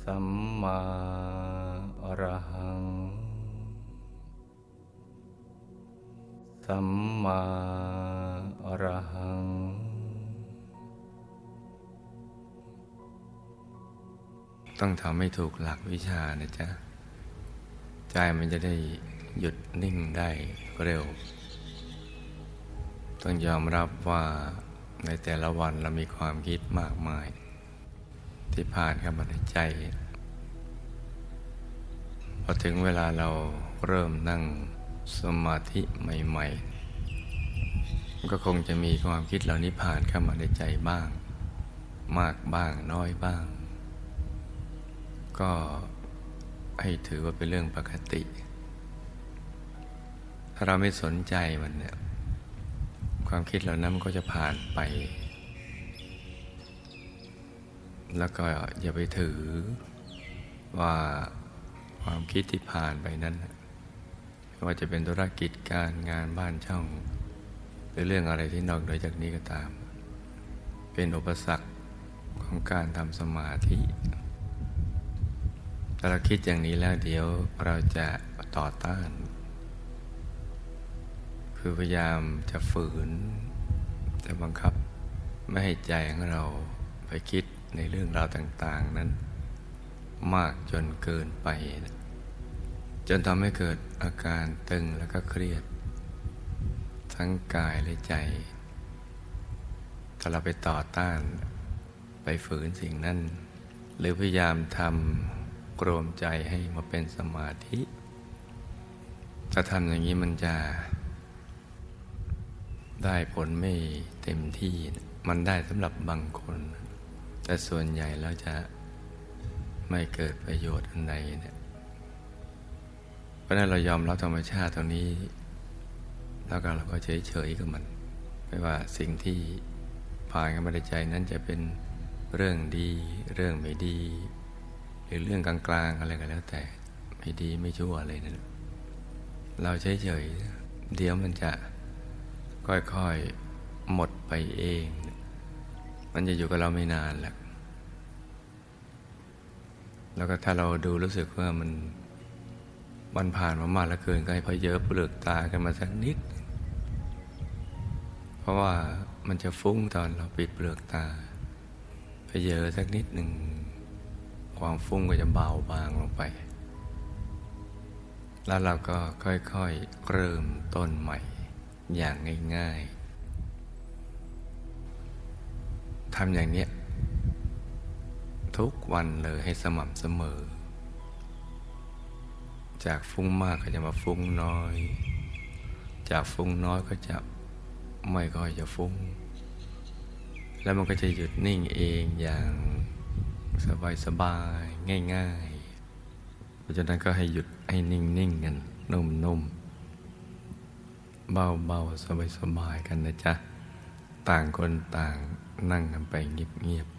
สัมมาอรหังสัมมาอรหังต้องทำให้ถูกหลักวิชานะจ๊ะใจมันจะได้หยุดนิ่งได้เร็วต้องยอมรับว่าในแต่ละวันเรามีความคิดมากมายที่ผ่านเข้ามาในใจพอถึงเวลาเราเริ่มนั่งสมาธิใหม่ๆก็คงจะมีความคิดเหล่านี้ผ่านเข้ามาในใจบ้างมากบ้างน้อยบ้างก็ให้ถือว่าเป็นเรื่องปกติถ้าเราไม่สนใจมันเนี่ยความคิดเหล่านั้นมันก็จะผ่านไปแล้วก็อย่าไปถือว่าความคิดที่ผ่านไปนั้นไม่ว่าจะเป็นธุรกิจการงานบ้านช่องหรือเรื่องอะไรที่นอกเหนือจากนี้ก็ตามเป็นอุปสรรคของการทำสมาธิถ้าเราคิดอย่างนี้แล้วเดี๋ยวเราจะต่อต้านคือพยายามจะฝืนจะบังคับไม่ให้ใจของเราไปคิดในเรื่องราวต่างๆนั้นมากจนเกินไปจนทำให้เกิดอาการตึงแล้วก็เครียดทั้งกายและใจถ้าเราไปต่อต้านไปฝืนสิ่งนั้นหรือพยายามทำรวมใจให้มาเป็นสมาธิถ้าทำอย่างนี้มันจะได้ผลไม่เต็มที่มันได้สำหรับบางคนแต่ส่วนใหญ่แล้วจะไม่เกิดประโยชน์อันใดเนี่ยเพราะนั้นเรายอมรับธรรมชาติตรงนี้แล้วก็เราก็เฉยๆกับมันไม่ว่าสิ่งที่ผ่านเข้ามาในใจนั้นจะเป็นเรื่องดีเรื่องไม่ดีหรือเรื่องกลางๆอะไรก็แล้วแต่ไม่ดีไม่ชั่วอะไรนั่นเราเฉยๆเดี๋ยวมันจะค่อยๆหมดไปเองมันจะอยู่กับเราไม่นานแหละแล้วก็ถ้าเราดูรู้สึกว่ามันมันผ่านมามากแล้วเกินก็ให้พอเยอะเปลือกตากันมาสักนิดเพราะว่ามันจะฟุ้งตอนเราปิดเปลือกตาพอเยอะสักนิดหนึ่งความฟุ้งก็จะเบาบางลงไปแล้วเราก็ค่อยๆเริ่มต้นใหม่อย่างง่ายๆทำอย่างนี้ทุกวันเลยให้สม่ำเสมอจากฟุ้งมากก็จะมาฟุ้งน้อยจากฟุ้งน้อยก็จะไม่ค่อยจะฟุ้งแล้วมันก็จะหยุดนิ่งเองอย่างสบายๆง่ายๆเพราะฉะนั้นก็ให้หยุดให้นิ่งๆกันนุ่มๆเบาๆสบายๆกันนะจ๊ะต่างคนต่างนั่งกันไปเงียบๆ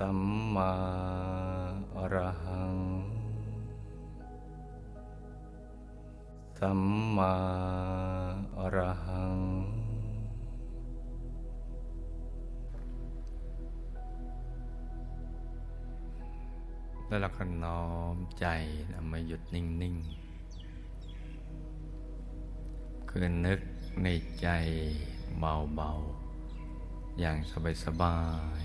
สัมมาอรหังสัมมาอรหังแล้วเราก็น้อมใจนะมาหยุดนิ่งๆคือนึกในใจเบาๆอย่างสบาย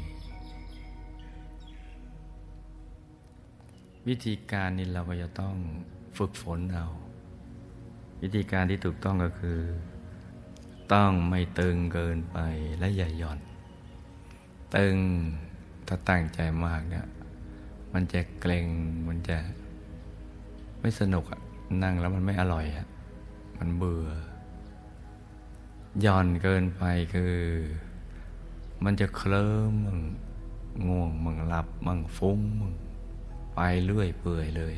ๆวิธีการนี้เราก็จะต้องฝึกฝนเอาวิธีการที่ถูกต้องก็คือต้องไม่ตึงเกินไปและอย่าหย่อนตึงถ้าตั้งใจมากเนี่ยมันจะเกร็งมันจะไม่สนุกอะนั่งแล้วมันไม่อร่อยอะมันเบื่อหย่อนเกินไปคือมันจะเคลิ้มมึงง่วงมึงหลับมึงฟุ้งมึงไปเรื่อยเปื่อยเลย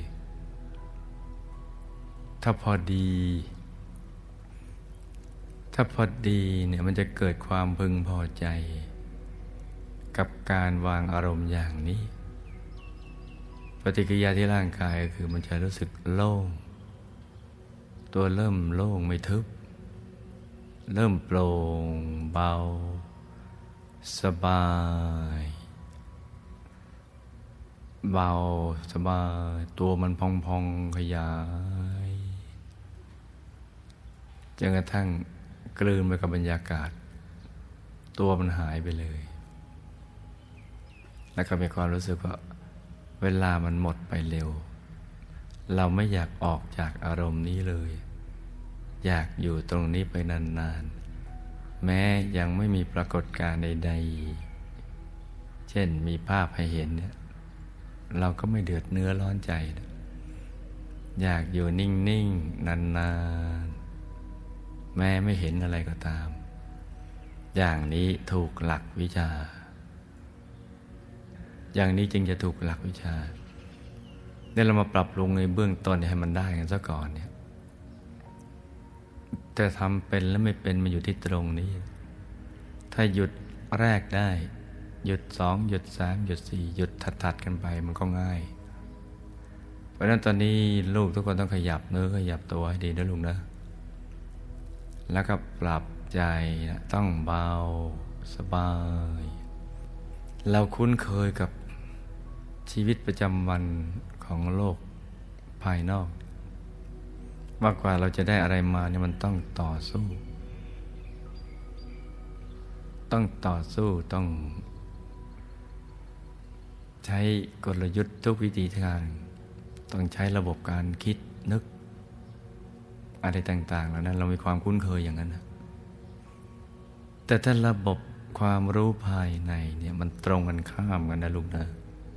ถ้าพอดีถ้าพอดีเนี่ยมันจะเกิดความพึงพอใจกับการวางอารมณ์อย่างนี้ปฏิกิริยาที่ร่างกายก็คือมันจะรู้สึกโล่งตัวเริ่มโล่งไม่ทึบเริ่มโปร่งเบาสบายเบาสบายตัวมันพองๆขยายจนกระทั่งกลืนไปกับบรรยากาศตัวมันหายไปเลยแล้วก็มีความรู้สึกว่าเวลามันหมดไปเร็วเราไม่อยากออกจากอารมณ์นี้เลยอยากอยู่ตรงนี้ไปนานๆแม้ยังไม่มีปรากฏการณ์ใดๆเช่นมีภาพให้เห็นเนี่ยเราก็ไม่เดือดเนื้อร้อนใจอยากอยู่นิ่งๆนานๆแม้ไม่เห็นอะไรก็ตามอย่างนี้ถูกหลักวิชาอย่างนี้จึงจะถูกหลักวิชาเดี๋ยวเรามาปรับปรุงในเบื้องต้นให้มันได้กันซะก่อนเนี่ยแต่ทำเป็นและไม่เป็นมันอยู่ที่ตรงนี้ถ้าหยุดแรกได้หยุดสองหยุดสามหยุดสี่หยุดถัดๆกันไปมันก็ง่ายเพราะฉะนั้นตอนนี้ลูกทุกคนต้องขยับเนื้อขยับตัวให้ดีนะลูกนะแล้วก็ปรับใจนะต้องเบาสบายเราคุ้นเคยกับชีวิตประจำวันของโลกภายนอกมากกว่าเราจะได้อะไรมาเนี่ยมันต้องต่อสู้ต้องต่อสู้ต้องใช้กลยุทธ์ทุกวิธีทางต้องใช้ระบบการคิดนึกอะไรต่างๆแล้วนั้นเรามีความคุ้นเคยอย่างนั้นนะแต่ถ้าระบบความรู้ภายในเนี่ยมันตรงกันข้ามกันนะลูกนะ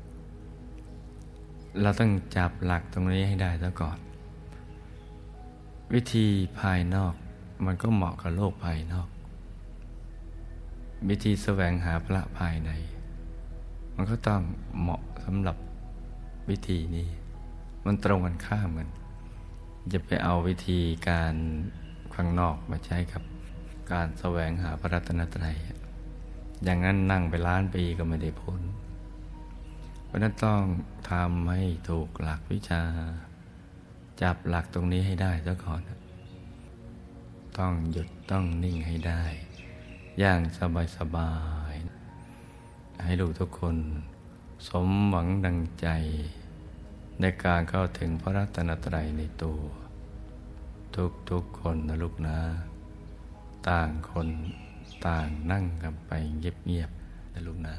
เราต้องจับหลักตรงนี้ให้ได้ซะก่อนวิธีภายนอกมันก็เหมาะกับโลกภายนอกวิธีแสวงหาพระภายในมันก็ต้องเหมาะสำหรับวิธีนี้มันตรงกันข้ามกันจะไปเอาวิธีการข้างนอกมาใช้กับการแสวงหาพระรัตนตรัยอย่างนั้นนั่งไปล้านปีก็ไม่ได้พ้นเพราะนั้นต้องทำให้ถูกหลักวิชาจับหลักตรงนี้ให้ได้ซะก่อนต้องหยุดต้องนิ่งให้ได้อย่างสบายๆให้ลูกทุกคนสมหวังดังใจในการเข้าถึงพระรัตนตรัยในตัวทุกๆคนนะลูกนะต่างคนต่างนั่งกันไปเงียบๆนะลูกนะ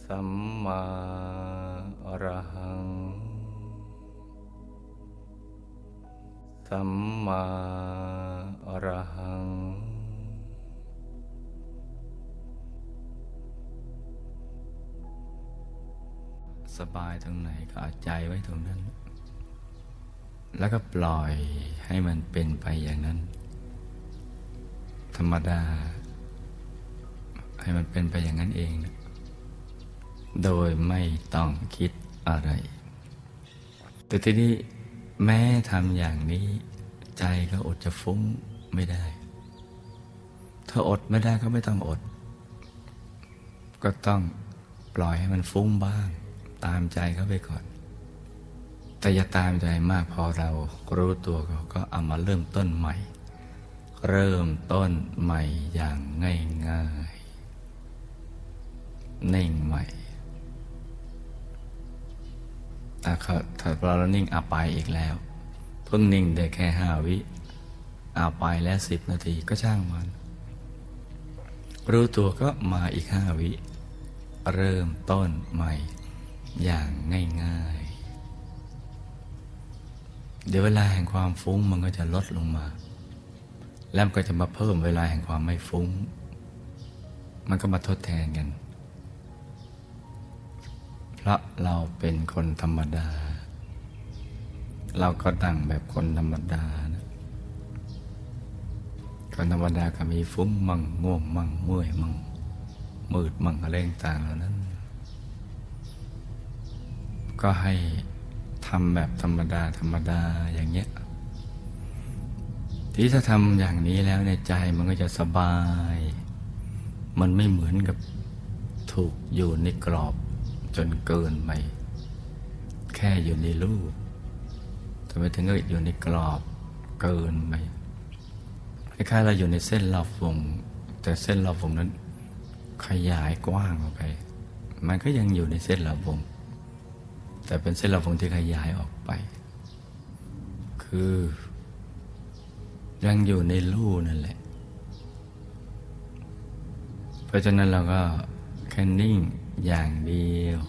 สัมมาอรหังสัมมาอรหังสบายตรงไหนก็เอาใจไว้ตรงนั้น แล้วก็ปล่อยให้มันเป็นไปอย่างนั้น ธรรมดาให้มันเป็นไปอย่างนั้นเองนะโดยไม่ต้องคิดอะไร แต่ทีนี้แม้ทำอย่างนี้ใจก็อดจะฟุ้งไม่ได้ ถ้าอดไม่ได้ก็ไม่ต้องอด ก็ต้องปล่อยให้มันฟุ้งบ้างตามใจเขาไปก่อน แต่อย่าตามใจมากพอเรารู้ตัวเขาก็เอามาเริ่มต้นใหม่ เริ่มต้นใหม่อย่างง่ายๆนิ่งใหม่ถ้าถ้าเรานิ่งเอาไปอีกแล้วเพิ่งนิ่งได้แค่ห้าวิเอาไปแล้วสิบนาทีก็ช่างมันรู้ตัวก็มาอีกห้าวิเริ่มต้นใหม่อย่างง่ายๆเดี๋ยวเวลาแห่งความฟุ้งมันก็จะลดลงมาแล้วมันก็จะมาเพิ่มเวลาแห่งความไม่ฟุ้งมันก็มาทดแทนกันเพราะเราเป็นคนธรรมดาเราก็ดั่งแบบคนธรรมดานะคนธรรมดาก็มีฟุ้งมั่งง่วงมั่งเมื่อยมั่งมืดมั่งอะไรต่างๆเหล่านั้นก็ให้ทำแบบธรรมดาธรรมดาอย่างเงี้ยที่ถ้าทำอย่างนี้แล้วในใจมันก็จะสบายมันไม่เหมือนกับถูกอยู่ในกรอบจนเกินไปแค่อยู่ในรูปแต่ไม่ถึงกับอยู่ในกรอบเกินไปคล้ายๆเราอยู่ในเส้นรอบวงแต่เส้นรอบวงนั้นขยายกว้างออกไปมันก็ยังอยู่ในเส้นรอบวงแต่เป็นเส้นรอบวงที่ขยายออกไปคือยังอยู่ในรูนั่นแหละเพราะฉะนั้นเราก็แค่นิ่งอย่างเดียว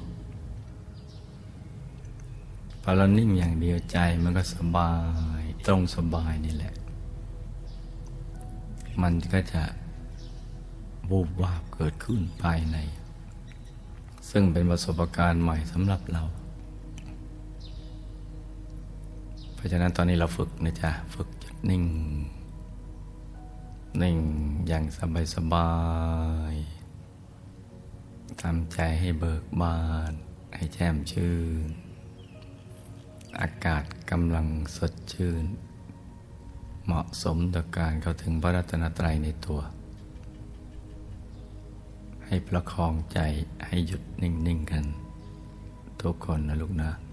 พอเรานิ่งอย่างเดียวใจมันก็สบายตรงสบายนี่แหละมันก็จะวูบวาบเกิดขึ้นภายในซึ่งเป็นประสบการณ์ใหม่สำหรับเราเพราะฉะนั้นตอนนี้เราฝึกนะจ๊ะฝึกนิ่งนิ่งอย่างสบายสบายทำใจให้เบิกบานให้แจ่มชื่นอากาศกำลังสดชื่นเหมาะสมต่อการเข้าถึงพระรัตนตรัยในตัวให้ประคองใจให้หยุดนิ่งๆกันทุกคนนะลูกนะ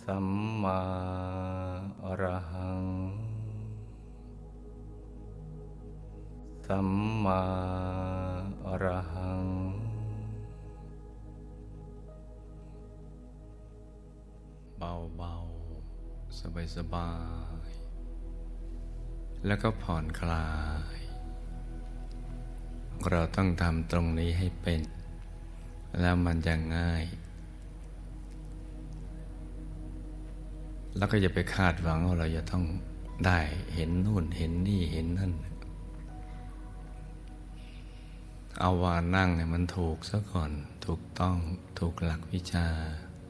สัมมาอรหังสัมมาอรหังเบาๆสบายๆแล้วก็ผ่อนคลายเราต้องทำตรงนี้ให้เป็นแล้วมันจะง่ายแล้วก็อย่าไปคาดหวังว่าเราจะต้องได้เห็นนู่นเห็นนี่เห็นนั่นเอาว่านั่งเนี่ยมันถูกซะก่อนถูกต้องถูกหลักวิชา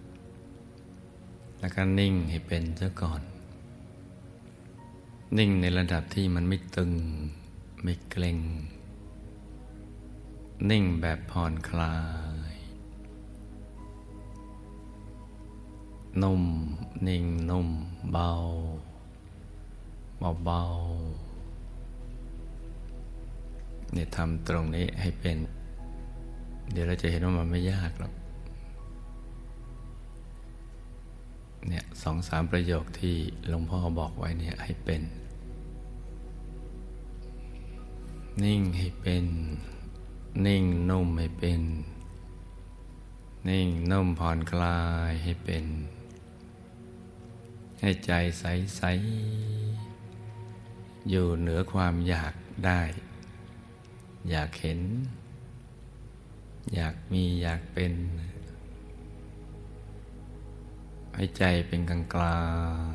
แล้วก็นิ่งให้เป็นซะก่อนนิ่งในระดับที่มันไม่ตึงไม่เกร็งนิ่งแบบผ่อนคลายนุ่มนิ่งนุ่มเบาเบาๆเนี่ยทำตรงนี้ให้เป็นเดี๋ยวเราจะเห็นว่ามันไม่ยากหรอกเนี่ยสองสามประโยคที่หลวงพ่อบอกไว้เนี่ยให้เป็นนิ่งให้เป็นนิ่งนุ่มให้เป็นนิ่งนุ่มผ่อนคลายให้เป็นให้ใจใสๆอยู่เหนือความอยากได้อยากเห็นอยากมีอยากเป็นให้ใจเป็นกลางกลาง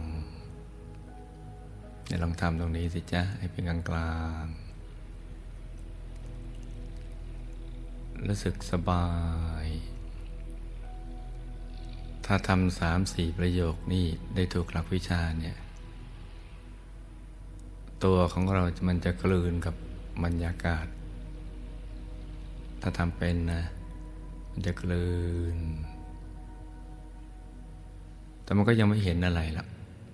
เดี๋ยวลองทำตรงนี้สิจ๊ะให้เป็นกลางกลางรู้สึกสบายถ้าทำสามสี่ประโยคนี้ได้ถูกหลักวิชาเนี่ยตัวของเรามันจะกลืนกับบรรยากาศถ้าทำเป็นนะมันจะกลืนแต่มันก็ยังไม่เห็นอะไรหรอก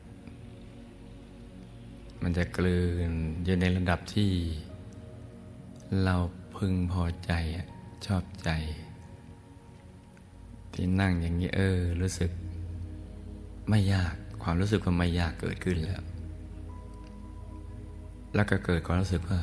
มันจะกลืนอยู่ในระดับที่เราพึงพอใจชอบใจที่นั่งอย่างนี้เออรู้สึกไม่ยากความรู้สึกว่าไม่ยากเกิดขึ้นแล้วแล้วก็เกิดความรู้สึกว่า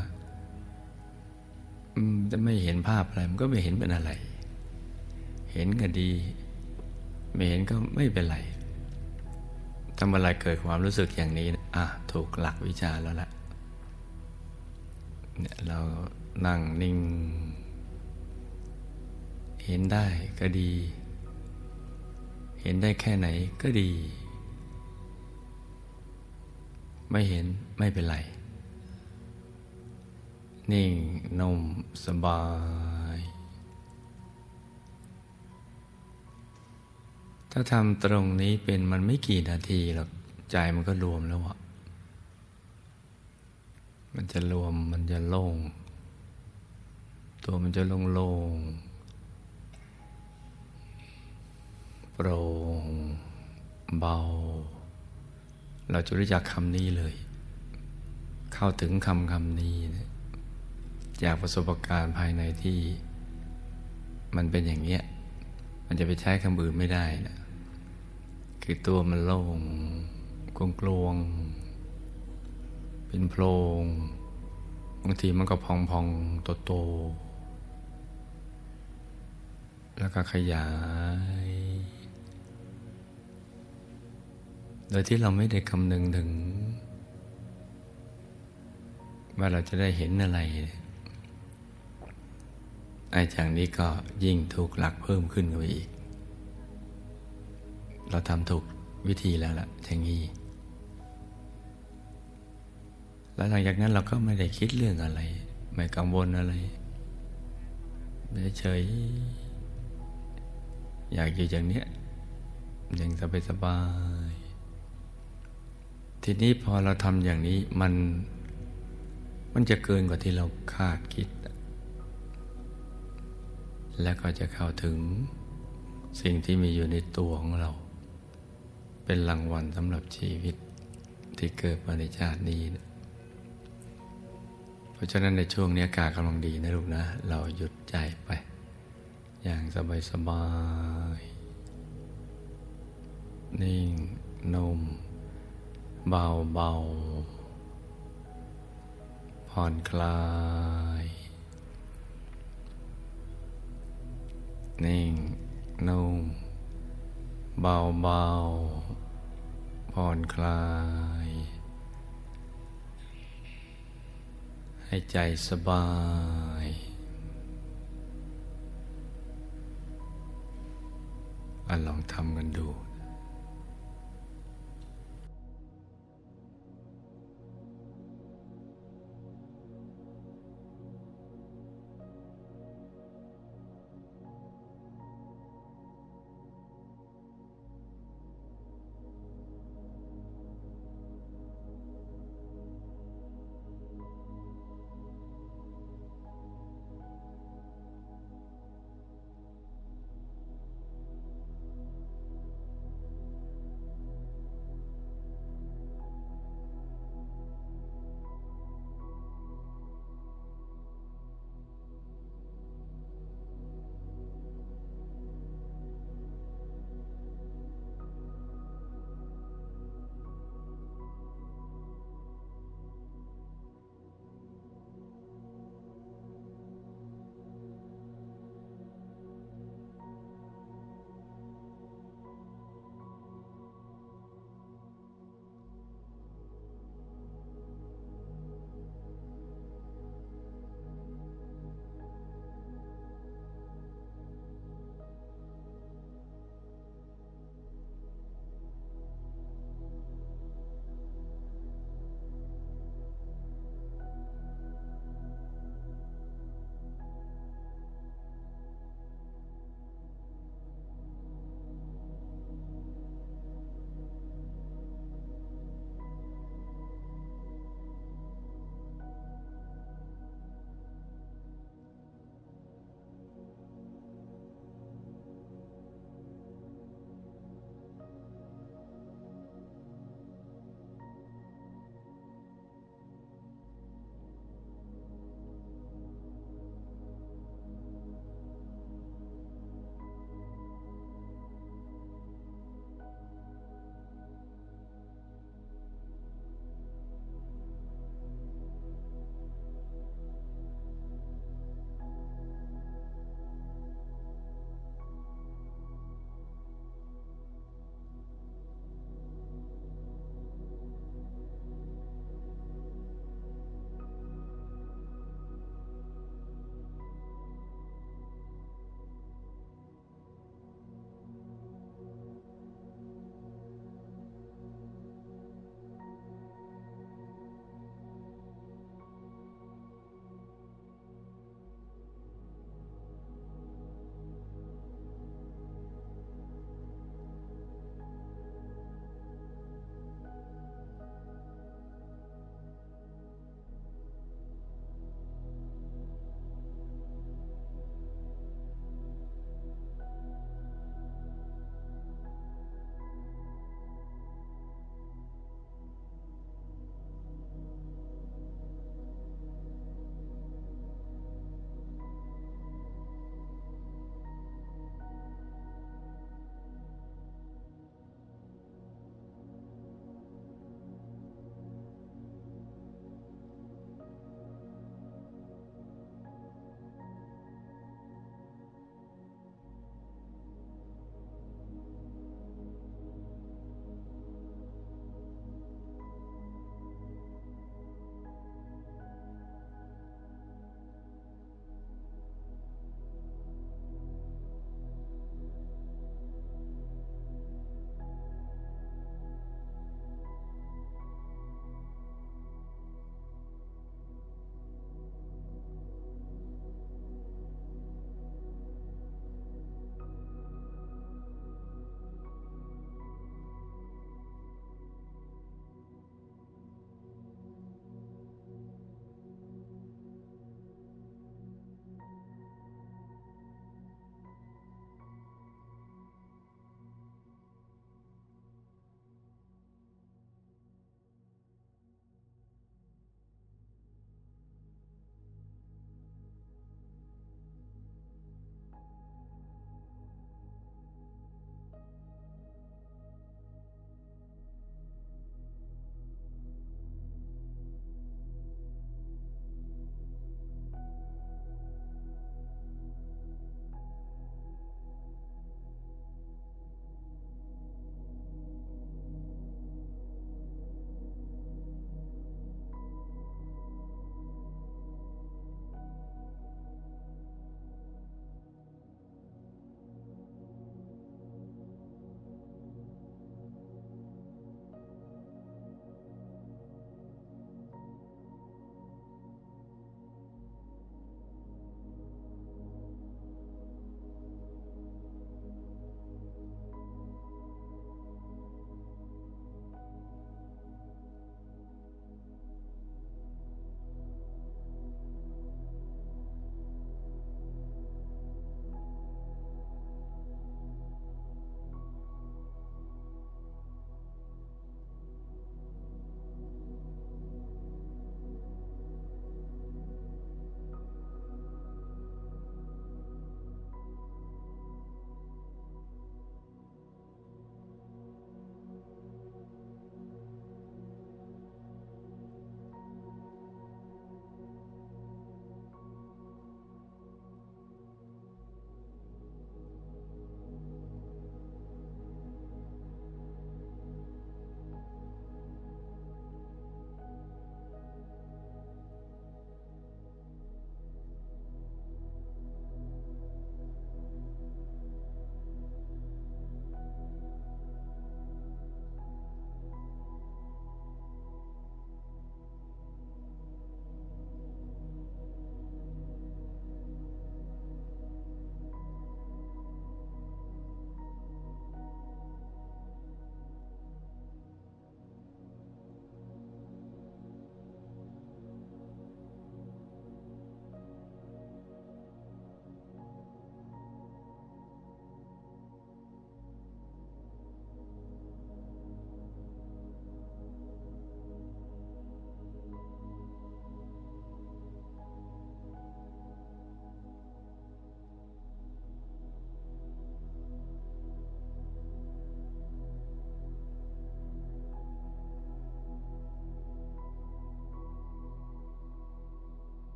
จะไม่เห็นภาพอะไรมันก็ไม่เห็นเป็นอะไรเห็นก็ดีไม่เห็นก็ไม่เป็นไรทำอะไรเกิดความรู้สึกอย่างนี้อ่ะถูกหลักวิชาแล้วล่ะเนี่ยเรานั่งนิ่งเห็นได้ก็ดีเห็นได้แค่ไหนก็ดีไม่เห็นไม่เป็นไรนิ่งนุ่มสบายถ้าทำตรงนี้เป็นมันไม่กี่นาทีหรอกใจมันก็รวมแล้วอะมันจะรวมมันจะโล่งตัวมันจะโล่งๆโปร่งเบาเราจะรู้จักคำนี้เลยเข้าถึงคำคำนี้นะจากประสบการณ์ภายในที่มันเป็นอย่างเงี้ยมันจะไปใช้คำอื่นไม่ได้นะคือตัวมันโล่งกลวงๆเป็นโพรงบางทีมันก็พองๆโตๆแล้วก็ขยายโดยที่เราไม่ได้คำนึงถึงว่าเราจะได้เห็นอะไรไอ้จากนี้ก็ยิ่งถูกหลักเพิ่มขึ้นไปอีกเราทำถูกวิธีแล้วล่ะอย่างนี้แล้วหลังจากนั้นเราก็ไม่ได้คิดเรื่องอะไรไม่กังวลอะไรเฉยๆอยากอยู่อย่างเนี้ยอย่างสบายๆทีนี้พอเราทำอย่างนี้มันมันจะเกินกว่าที่เราคาดคิดแล้วก็จะเข้าถึงสิ่งที่มีอยู่ในตัวของเราเป็นรางวัลสำหรับชีวิตที่เกิดมาในชาตินี้นะเพราะฉะนั้นในช่วงนี้อากาศกำลังดีนะลูกนะเราหยุดใจไปอย่างสบายๆนิ่งนุ่มเบาเบาผ่อนคลายนิ่งนุ่มเบาเบาผ่อนคลายให้ใจสบายอ่ะลองทำกันดู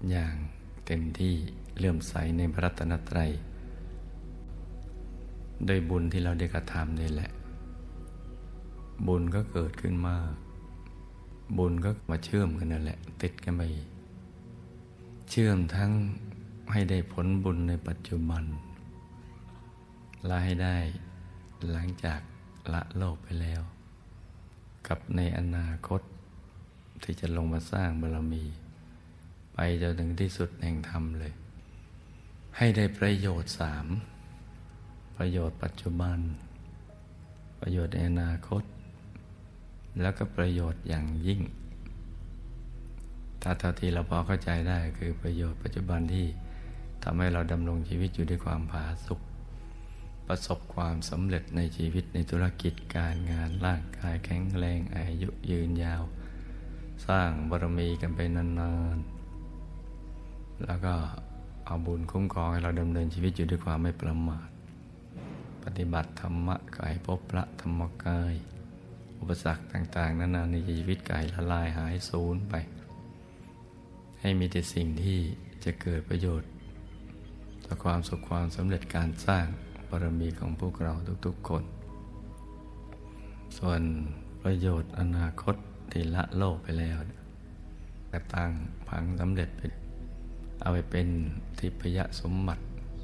อย่างเต็มที่เลื่อมใสในพระรัตนตรัยโดยบุญที่เราได้กระทำนี่แหละบุญก็เกิดขึ้นมากบุญก็มาเชื่อมกันนั่นแหละติดกันไปเชื่อมทั้งให้ได้ผลบุญในปัจจุบันและให้ได้หลังจากละโลกไปแล้วกับในอนาคตที่จะลงมาสร้างบารมีไปจนถึงที่สุดแห่งธรรมเลยให้ได้ประโยชน์สามประโยชน์ปัจจุบันประโยชน์ในอนาคตแล้วก็ประโยชน์อย่างยิ่งถ้าเท่าที่เราพอเข้าใจได้คือประโยชน์ปัจจุบันที่ทำให้เราดำรงชีวิตอยู่ด้วยความผาสุกประสบความสำเร็จในชีวิตในธุรกิจการงานร่างกายแข็งแรงอายุยืนยาวสร้างบารมีกันไปนานๆแล้วก็เอาบุญคุ้มครองให้เราดำเนินชีวิตอยู่ด้วยความไม่ประมาทปฏิบัติธรรมะกายพบพระธรรมกายอุปสรรคต่างๆนานาในชีวิตกายละลายหายสูญไปให้มีแต่สิ่งที่จะเกิดประโยชน์ต่อความสุขความสำเร็จการสร้างบารมีของพวกเราทุกๆคนส่วนประโยชน์อนาคตที่ละโลกไปแล้วก็ตั้งผังสำเร็จไปเอาไปเป็นทิพยสมบัติ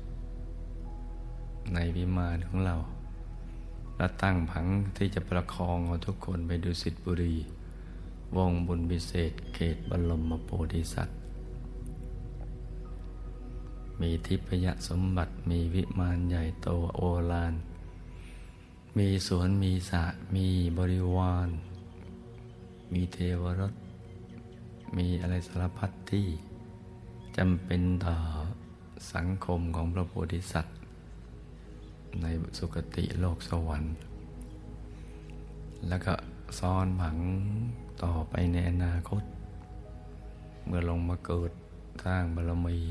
ในวิมานของเราและตั้งผังที่จะประคองเอาทุกคนไปดุสิตบุรีวงบุญพิเศษเขตบรมโพธิสัตว์มีทิพยสมบัติมีวิมานใหญ่โตโอฬารมีสวนมีสระมีบริวารมีเทวรสมีอะไรสารพัดที่จำเป็นต่อสังคมของพระโพธิสัตว์ในสุคติโลกสวรรค์แล้วก็ซ้อนผังต่อไปในอนาคตเมื่อลงมาเกิดสร้างบารมี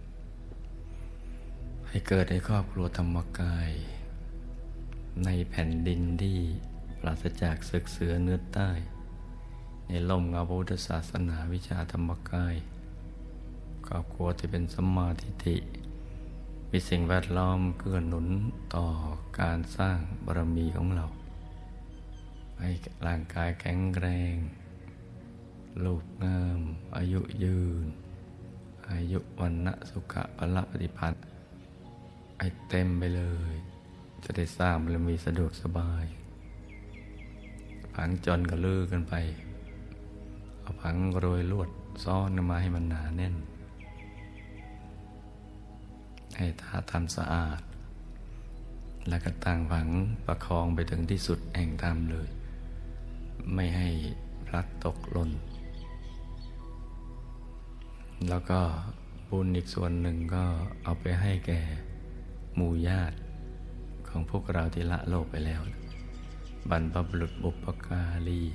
ให้เกิดในครอบครัวธรรมกายในแผ่นดินที่ปราศจากศึกเสือเนื้อใต้ในร่มเงาพุทธศาสนาวิชาธรรมกายครอบครัวที่เป็นสัมมาทิฏฐิมีสิ่งแวดล้อมเกื้อหนุนต่อการสร้างบารมีของเราให้ร่างกายแข็งแรงรูปงามอายุยืนอายุวันนะสุขะพละปฏิภาณให้เต็มไปเลยจะได้สร้างบารมีสะดวกสบายผังจนก็ลือกันไปเอาผังโรยลวดซ้อนมาให้มันหนาแน่นให้ทาทำสะอาดแล้วก็ตั้งผังประคองไปถึงที่สุดแห่งธรรมเลยไม่ให้พลัดตกหล่นแล้วก็บุญอีกส่วนหนึ่งก็เอาไปให้แก่หมู่ญาติของพวกเราที่ละโลกไปแล้วบรรพบุรุษบุพการี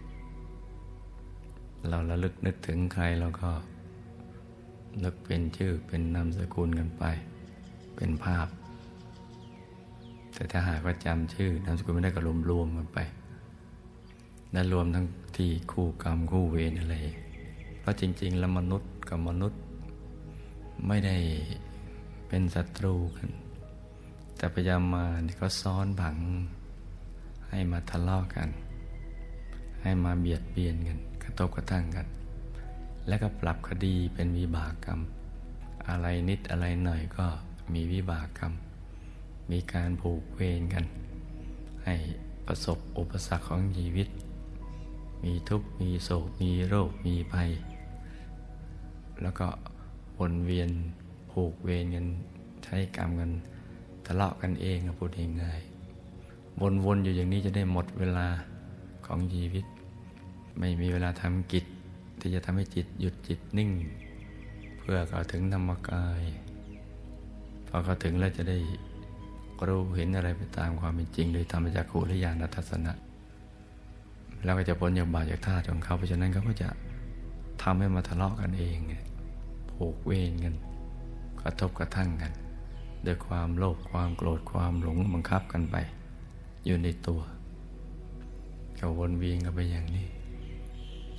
เราระลึกนึกถึงใครเราก็นึกเป็นชื่อเป็นนามสกุลกันไปเป็นภาพแต่ถ้าหากว่าจำชื่อนามสกุลไม่ได้ก็รวมๆกันไปและรวมทั้งที่คู่กรรมคู่เวรอะไรเพราะจริงๆแล้วมนุษย์กับมนุษย์ไม่ได้เป็นศัตรูกันแต่พยายามมานี่ก็ซ้อนผังให้มาทะเลาะกันให้มาเบียดเบียนกันกระทบกระทั่งกันแล้วก็ปรับคดีเป็นวิบากกรรมอะไรนิดอะไรหน่อยก็มีวิบากกรรมมีการผูกเวรกันให้ประสบอุปสรรคของชีวิตมีทุกข์มีโศกมีโรคมีภัยแล้วก็วนเวียนผูกเวรกันใช้กรรมกันทะเลาะกันเองพูดง่ายๆวนๆอยู่อย่างนี้จะได้หมดเวลาของชีวิตไม่มีเวลาทำกิจที่จะทำให้จิตหยุดจิตนิ่งเพื่อเข้าถึงธรรมกายพอเข้าถึงแล้วจะได้รู้เห็นอะไรไปตามความเป็นจริงโดยธรรมจักขุและญาณทัศนะแล้วก็จะพ้นจากบาปจากธาตุของเขาเพราะฉะนั้นเขาก็จะทำให้มาทะเลาะกันเองผูกเวรกันกระทบกระทั่งกันด้วยความโลภความโกรธความหลงบังคับกันไปอยู่ในตัวก็วนเวียนกันไปอย่างนี้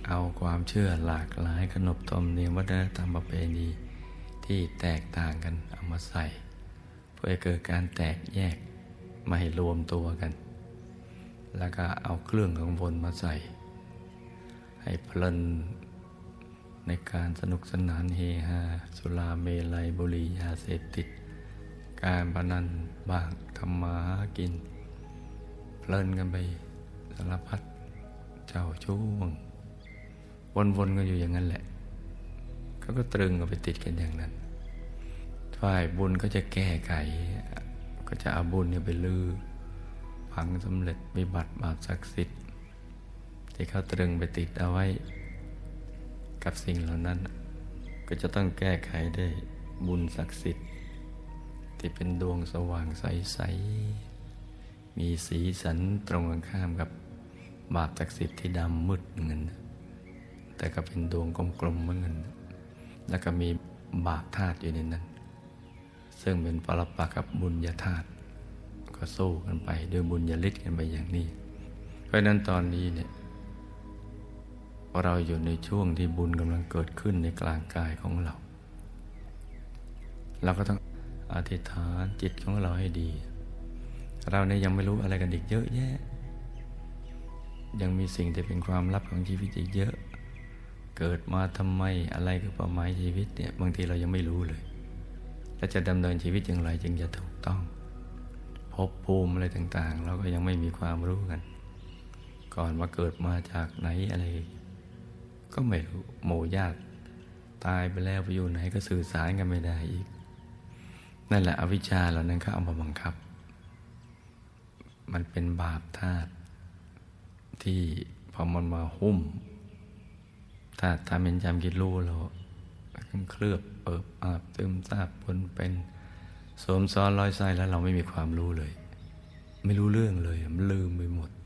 เอาความเชื่อหลากหลายขนบธรรมเนียมวัฒนธรรมประเพณีที่แตกต่างกันเอามาใส่เพื่อให้เกิดการแตกแยกไม่ให้รวมตัวกัน แล้วก็เอาเครื่องข้างบนมาใส่ให้เพลินในการสนุกสนานเฮฮาสุราเมลัยบุหรี่ยาเสพติดการพนันบ้างทำมาหากินเพลินกันไปสารพัดเจ้าชู้มั่งวนๆกันอยู่อย่างนั้นแหละเขาก็ตรึงกันไปติดกันอย่างนั้นฝ่ายบุญก็จะแก้ไขก็จะเอาบุญเนี่ยไปลือพังสำเร็จวิบัติบาปศักดิ์สิทธิ์ที่เขาตรึงไปติดเอาไว้กับสิ่งเหล่านั้นก็จะต้องแก้ไขได้บุญศักดิ์สิทธิ์ที่เป็นดวงสว่างใสๆมีสีสันตรงกันข้ามกับบาปศักดิ์สิทธิ์ที่ดำมืดเงินแต่ก็เป็นดวงกลมๆเหมือนกันแล้วก็มีบาปธาตุอยู่ในนั้นซึ่งเป็นปรปักษ์กับบุญญาธาตุก็สู้กันไปด้วยบุญญาฤทธิ์กันไปอย่างนี้เพราะนั้นตอนนี้เนี่ยเราอยู่ในช่วงที่บุญกำลังเกิดขึ้นในกลางกายของเราเราก็ต้องอธิษฐานจิตของเราให้ดีเราเนี่ยยังไม่รู้อะไรกันอีกเยอะแยะยังมีสิ่งที่เป็นความลับของชีวิตอีกเยอะเกิดมาทำไมอะไรคือเป้าหมายชีวิตเนี่ยบางทีเรายังไม่รู้เลยและจะดำเนินชีวิตอย่างไรจึงจะถูกต้องภพภูมิอะไรต่างๆเราก็ยังไม่มีความรู้กันก่อนมาเกิดมาจากไหนอะไรก็ไม่รู้หมู่ญาติตายไปแล้วไปอยู่ไหนก็สื่อสารกันไม่ได้อีกนั่นแหละอวิชชาเหล่านั้นเขาเอามาบังคับมันเป็นบาปธาตุที่พอมันมาหุ้มถ้าถ้าเป็นจำกิดรู้เราเคลือบเปิบอาบซึมซาบปนเป็นสวมซ้อนร้อยไส้แล้วเราไม่มีความรู้เลยไม่รู้เรื่องเลยมันลืมไปหมด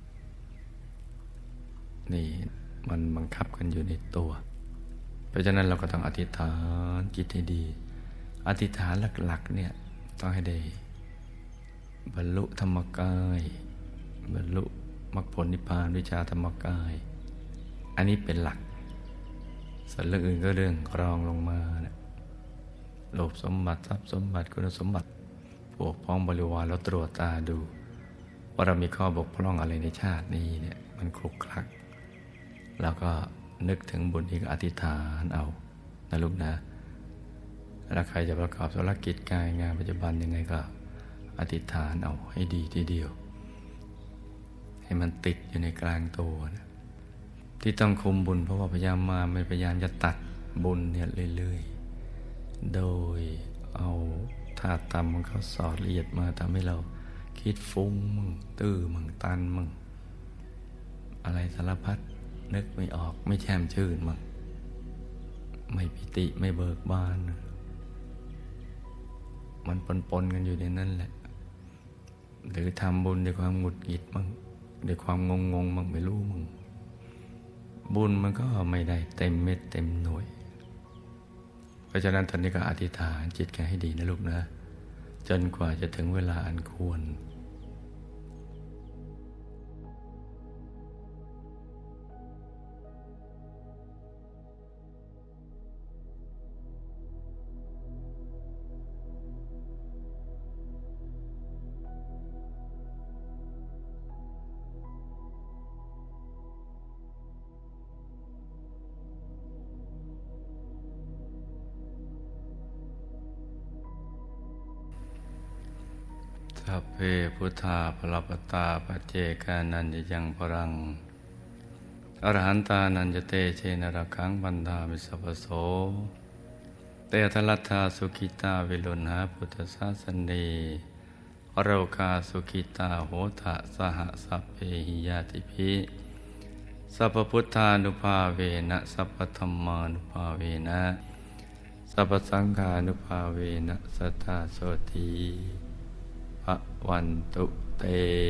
นี่มันบังคับกันอยู่ในตัวเพราะฉะนั้นเราก็ต้องอธิษฐานจิตให้ดีอธิษฐานหลักๆเนี่ยต้องให้ได้บรรลุธรรมกายบรรลุมรรคผลนิพพานวิชาธรรมกายอันนี้เป็นหลักส่วนเรื่องอื่นก็เรื่องรองลงมานะโลภสมบัติทรัพย์สมบัติคุณสมบัติพวกพ้องบริวารเราตรวจตาดูว่าเรามีข้อบกพร่องอะไรในชาตินี้เนี่ยมันคลุกคลักแล้วก็นึกถึงบุญที่อธิษฐานเอานะลูกนะแล้วใครจะประกอบธุรกิจการงานปัจจุบันยังไงก็อธิษฐานเอาให้ดีทีเดียวให้มันติดอยู่ในกลางตัวนะที่ต้องคุมบุญเพราะว่าพยายามมาไม่พยายามจะตัดบุญเนี่ยเรื่อยๆโดยเอาธาตุธรรมของเขาสอดละเอียดมาทำให้เราคิดฟุ้งมั่งตื้อมั่งตันมั่งอะไรสารพัดนึกไม่ออกไม่แช่มชื่นมั่งไม่ปิติไม่เบิกบานมันปนๆกันอยู่ในนั้นแหละหรือทำบุญด้วยความหงุดหงิดมั่งด้วยความงงๆมั่งไม่รู้มั่งบุญมันก็ไม่ได้เต็มเม็ดเต็มหน่วยเพราะฉะนั้นตอนนี้ก็อธิษฐานจิตกันให้ดีนะลูกนะจนกว่าจะถึงเวลาอันควรสัพเพพุทธาภลปตาปัจเจกานันจะยังพรังอรหันตานันจะเตเชนระคังบันดามิสัพพโสเตทลัทธาสุขิตาวิลุณหาพุทธศาสเนโรคาสุขิตาโหทะสหสัพเพหิยาติภิสัพพุทธานุภาเวนะสัพพธัมมานุภาเวนะสัพพสังฆานุภาเวนะสัทธาโสติภวันตุเต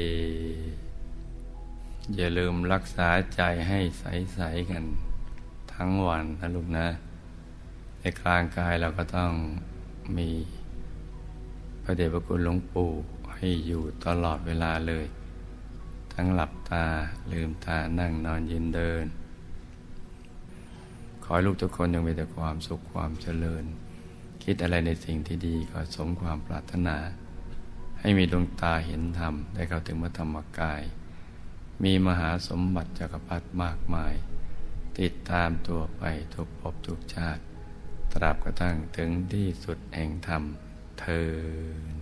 อย่าลืมรักษาใจให้ใสๆกันทั้งวันนะลูกนะในกลางกายเราก็ต้องมีพระเดชพระคุณหลวงปู่ให้อยู่ตลอดเวลาเลยทั้งหลับตาลืมตานั่งนอนยืนเดินขอให้ลูกทุกคนยังมีแต่ความสุขความเจริญคิดอะไรในสิ่งที่ดีก็สมความปรารถนาให้มีดวงตาเห็นธรรมได้เข้าถึงพระธรรมกายมีมหาสมบัติจักรพรรดิมากมายติดตามตัวไปทุกภพทุกชาติตราบกระทั่งถึงที่สุดแห่งธรรมเทอญ